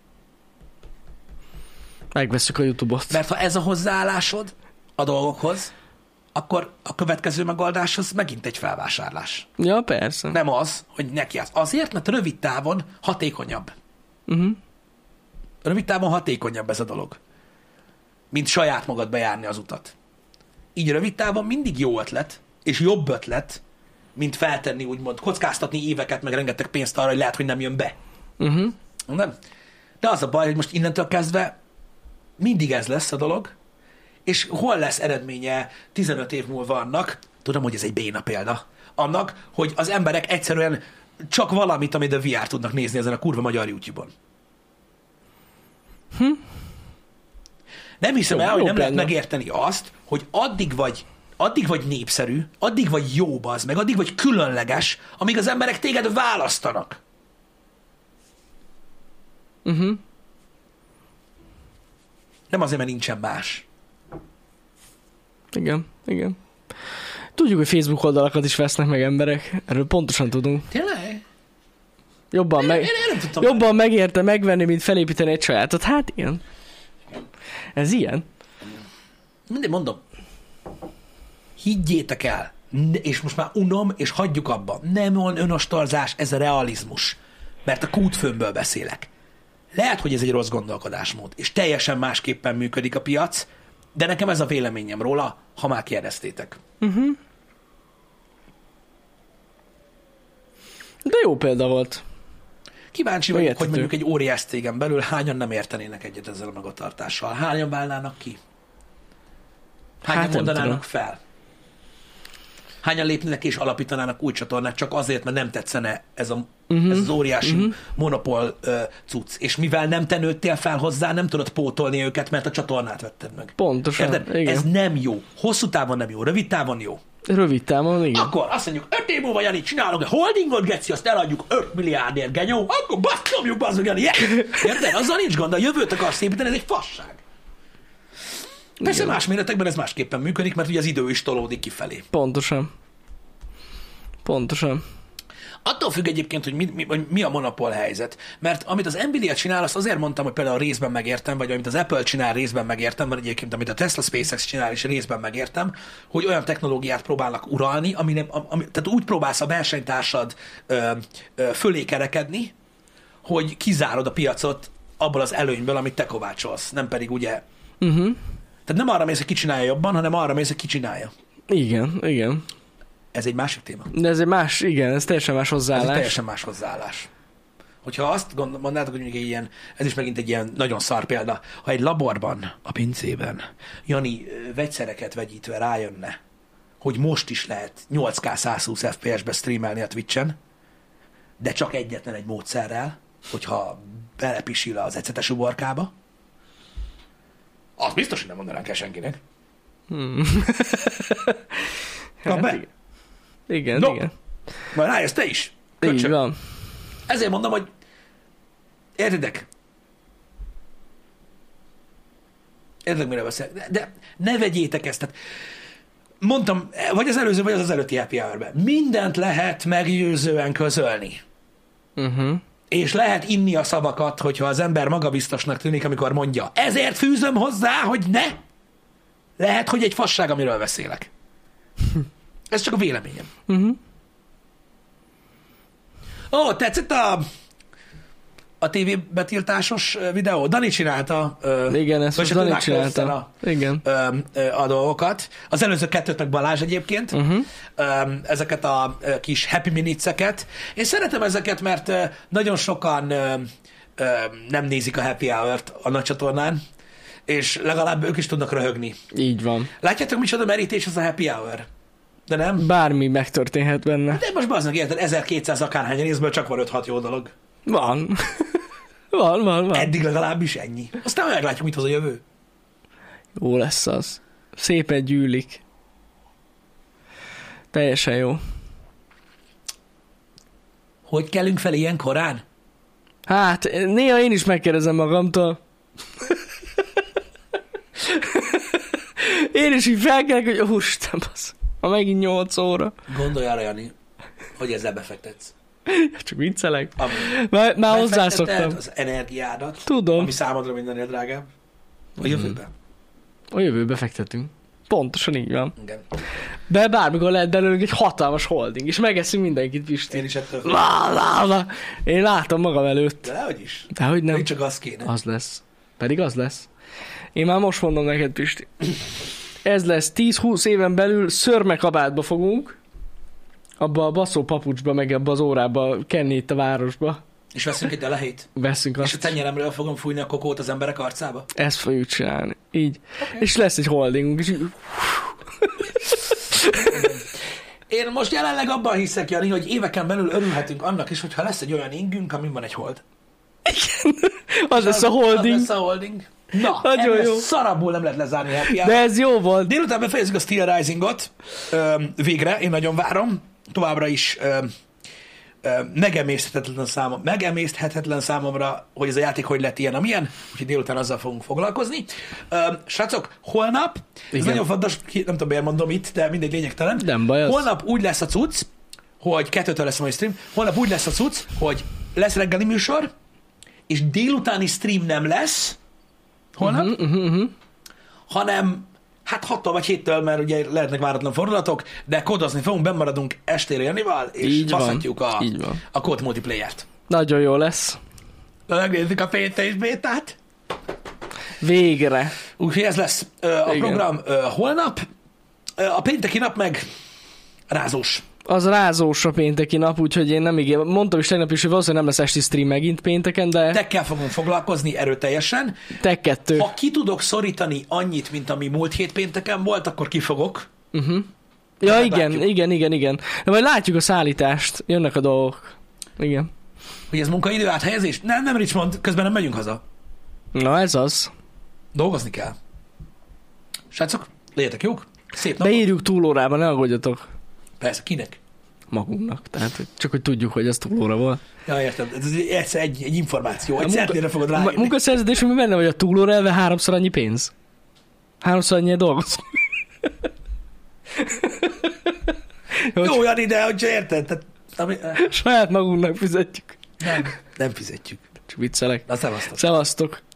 Megvesszük a YouTube-ot. Mert ha ez a hozzáállásod a dolgokhoz, akkor a következő megoldás az megint egy felvásárlás. Ja, persze. Nem az, hogy nekiállsz. Azért, mert rövid távon hatékonyabb. Uh-huh. Rövid távon hatékonyabb ez a dolog, mint saját magad bejárni az utat. Így rövid távon mindig jó ötlet, és jobb ötlet, mint feltenni, úgymond, kockáztatni éveket, meg rengeteg pénzt arra, hogy lehet, hogy nem jön be. Uh-huh. Nem? De az a baj, hogy most innentől kezdve mindig ez lesz a dolog, és hol lesz eredménye 15 év múlva annak, tudom, hogy ez egy béna példa, annak, hogy az emberek egyszerűen csak valamit, amit a VR tudnak nézni ezen a kurva magyar YouTube-on. Nem hiszem el, hogy nem lehet megérteni azt, hogy addig vagy népszerű, addig vagy jó bazd meg, addig vagy különleges, amíg az emberek téged választanak. Uh-huh. Nem azért, mert nincsen más. Igen, igen. Tudjuk, hogy Facebook oldalakat is vesznek meg emberek. Erről pontosan tudunk. Tényleg? Jobban, jobban megérte megvenni, mint felépíteni egy sajátot. Hát igen. Ez ilyen. Mindig mondom. Higgyétek el. És most már unom, és hagyjuk abba. Nem van önostorozás, ez a realizmus. Mert a kútfőmből beszélek. Lehet, hogy ez egy rossz gondolkodásmód, és teljesen másképpen működik a piac, de nekem ez a véleményem róla, ha már kérdeztétek. Uh-huh. De jó példa volt. Kíváncsi vagyok, hogy mondjuk egy óriás cégen belül hányan nem értenének egyet ezzel a magatartással. Hányan válnának ki? Hányan mondanának fel? Hányan lépnének és alapítanának új csatornát csak azért, mert nem tetszene ez az óriási monopól cucc. És mivel nem te nőttél fel hozzá, nem tudod pótolni őket, mert a csatornát vetted meg. Pontosan. Ez nem jó. Hosszú távon nem jó, rövid távon jó. Rövid távon, igen. Akkor azt mondjuk, 5 év múlva, Jani, csinálunk egy holdingot, geci, azt eladjuk 5 milliárdért, genyó, akkor nyomjuk, bazdmeg, Jani, érted? Azzal nincs gond, a jövőt akarsz építeni, ez egy fasság. Persze más méretekben ez másképpen működik, mert ugye az idő is tolódik kifelé. Pontosan. Pontosan. Attól függ egyébként, hogy mi a monopól helyzet. Mert amit az Nvidia csinál, azt azért mondtam, hogy például részben megértem, vagy amit az Apple csinál, részben megértem, vagy egyébként amit a Tesla SpaceX csinál, is részben megértem, hogy olyan technológiát próbálnak uralni, tehát úgy próbálsz a versenytársad fölé kerekedni, hogy kizárod a piacot abból az előnyből, amit te kovácsolsz, nem pedig ugye... Tehát nem arra mész, hogy ki csinálja jobban, hanem arra mész, hogy ki csinálja. Igen, igen. Ez egy másik téma. De ez egy más, igen, ez teljesen más hozzáállás. Ez egy teljesen más hozzáállás. Hogyha azt mondanátok, hogy mondjuk ilyen, ez is megint egy ilyen nagyon szar példa, ha egy laborban, a pincében Jani vegyszereket vegyítve rájönne, hogy most is lehet 8K 120 FPS-be streamelni a Twitch-en, de csak egyetlen egy módszerrel, hogyha belepisil az ecetes uborkába, azt biztos, hogy nem mondanánk el senkinek. Hát be. Igen, no. igen. Majd rájössz te is. Így van. Ezért mondom, hogy értedek, mire beszélek. De ne vegyétek ezt. Tehát mondtam, vagy az előző, vagy az előtti happy hour-ben. Mindent lehet meggyőzően közölni. És lehet inni a szavakat, hogyha az ember magabiztosnak tűnik, amikor mondja. Ezért fűzöm hozzá, hogy ne. Lehet, hogy egy fasság, amiről beszélek. Ez csak a véleményem. Ó, tetszett a TV betiltásos videó? Dani csinálta. Igen, ezt most Dani csinálta. Igen. A dolgokat. Az előző kettőt meg Balázs egyébként. Ezeket a kis happy minutes-eket. Én szeretem ezeket, mert nagyon sokan nem nézik a happy hour-t a nagy csatornán, és legalább ők is tudnak röhögni. Így van. Látjátok, micsoda merítés az a happy hour? De nem? Bármi megtörténhet benne. De most bazdmeg, érted, 1200 akárhány részből csak van 5-6 jó dolog. Van. van. Eddig legalábbis ennyi. Aztán meglátjuk, mit hoz a jövő. Jó lesz az. Szépen gyűlik. Teljesen jó. Hogy kellünk fel ilyen korán? Hát, néha én is megkérdezem magamtól. Én is így felkelek, hogy Isten, basz. Ha megint 8 óra. Gondolj arra, Jani, hogy ezzel befektetsz. Csak viccelek. Ami Már hozzászoktam. az energiádat, Tudom. ami számodra mindennél drágább, a jövőben. A jövőbe fektetünk. Pontosan így van. Igen. De bármikor lehet belőlünk egy hatalmas holding, és megeszünk mindenkit, Pisti. Én is ettől Lá. Én látom magam előtt. De dehogy is. Dehogy nem. Még csak az kéne. Az lesz. Pedig az lesz. Én már most mondom neked, Pisti. Ez lesz 10-20 éven belül szörmekabátba fogunk, abba a baszó papucsba, meg abba az órába kenni itt a városba. És veszünk egy delehét. Veszünk És a azt. tenyeremről fogom fújni a kokót az emberek arcába. Ezt fogjuk csinálni. Így. Okay. És lesz egy holdingunk, és így... Én most jelenleg abban hiszek, Jani, hogy éveken belül örülhetünk annak is, hogyha lesz egy olyan ingünk, amin van egy hold. Az lesz a holding. Az lesz a holding. Na, Nagyon ennél jó. szarabbul nem lehet lezárni happy De hour. ez jó volt. Délután befejezzük a Steel Risingot. Végre, én nagyon várom. Továbbra is megemészthetetlen számomra, hogy ez a játék hogy lett ilyen, amilyen, úgyhogy délután azzal fogunk foglalkozni. Srácok, holnap, ez Igen. nagyon fontos, nem tudom miért mondom itt, de mindegy lényegtelen. Nem baj az. Holnap úgy lesz a cucc, hogy 2-től lesz a mai stream, holnap úgy lesz a cucc, hogy lesz reggeli műsor, és délutáni stream nem lesz holnap, hanem hát 6-tól vagy 7-től, mert ugye lehetnek váratlan fordulatok, de kódozni fogunk, bennmaradunk estére Janival, és Így van. baszhatjuk Így van. a kód multiplayer-t. Nagyon jó lesz. Megnézzük a PC és bétát. Végre. Úgyhogy ez lesz a Igen. program holnap. A pénteki nap meg rázós. Az rázós a pénteki nap, úgyhogy én nem ígérem. Mondtam is tegnap is, hogy valószínűleg nem lesz esti stream megint pénteken, de Tekkel fogunk foglalkozni erőteljesen. te 2. Ha ki tudok szorítani annyit, mint ami múlt hét pénteken volt, akkor ki fogok. Ja, meglátjuk. igen. De majd látjuk a szállítást. Jönnek a dolgok. Igen. Hogy ez munkaidő áthelyezés? Nem, Richmond, közben nem megyünk haza. Na ez az. Dolgozni kell. Srácok, legyetek jók. Szép napot. Beírjuk túlórába, ne aggódjatok. Persze, kinek? Magunknak. Tehát hogy csak hogy tudjuk, hogy ez túlóra volt. Ja, értem. Ez egy információ. Egy szertére fogod A ráírni. munkaszerződésünkben benne vagy a túlóra elve 3-szor annyi pénz. 3-szor annyi dolgozunk. Jó, Jani, de hogy érted? Tehát, Saját magunknak fizetjük. nem fizetjük. Csak viccelek. Na, szevasztok. Szevasztok.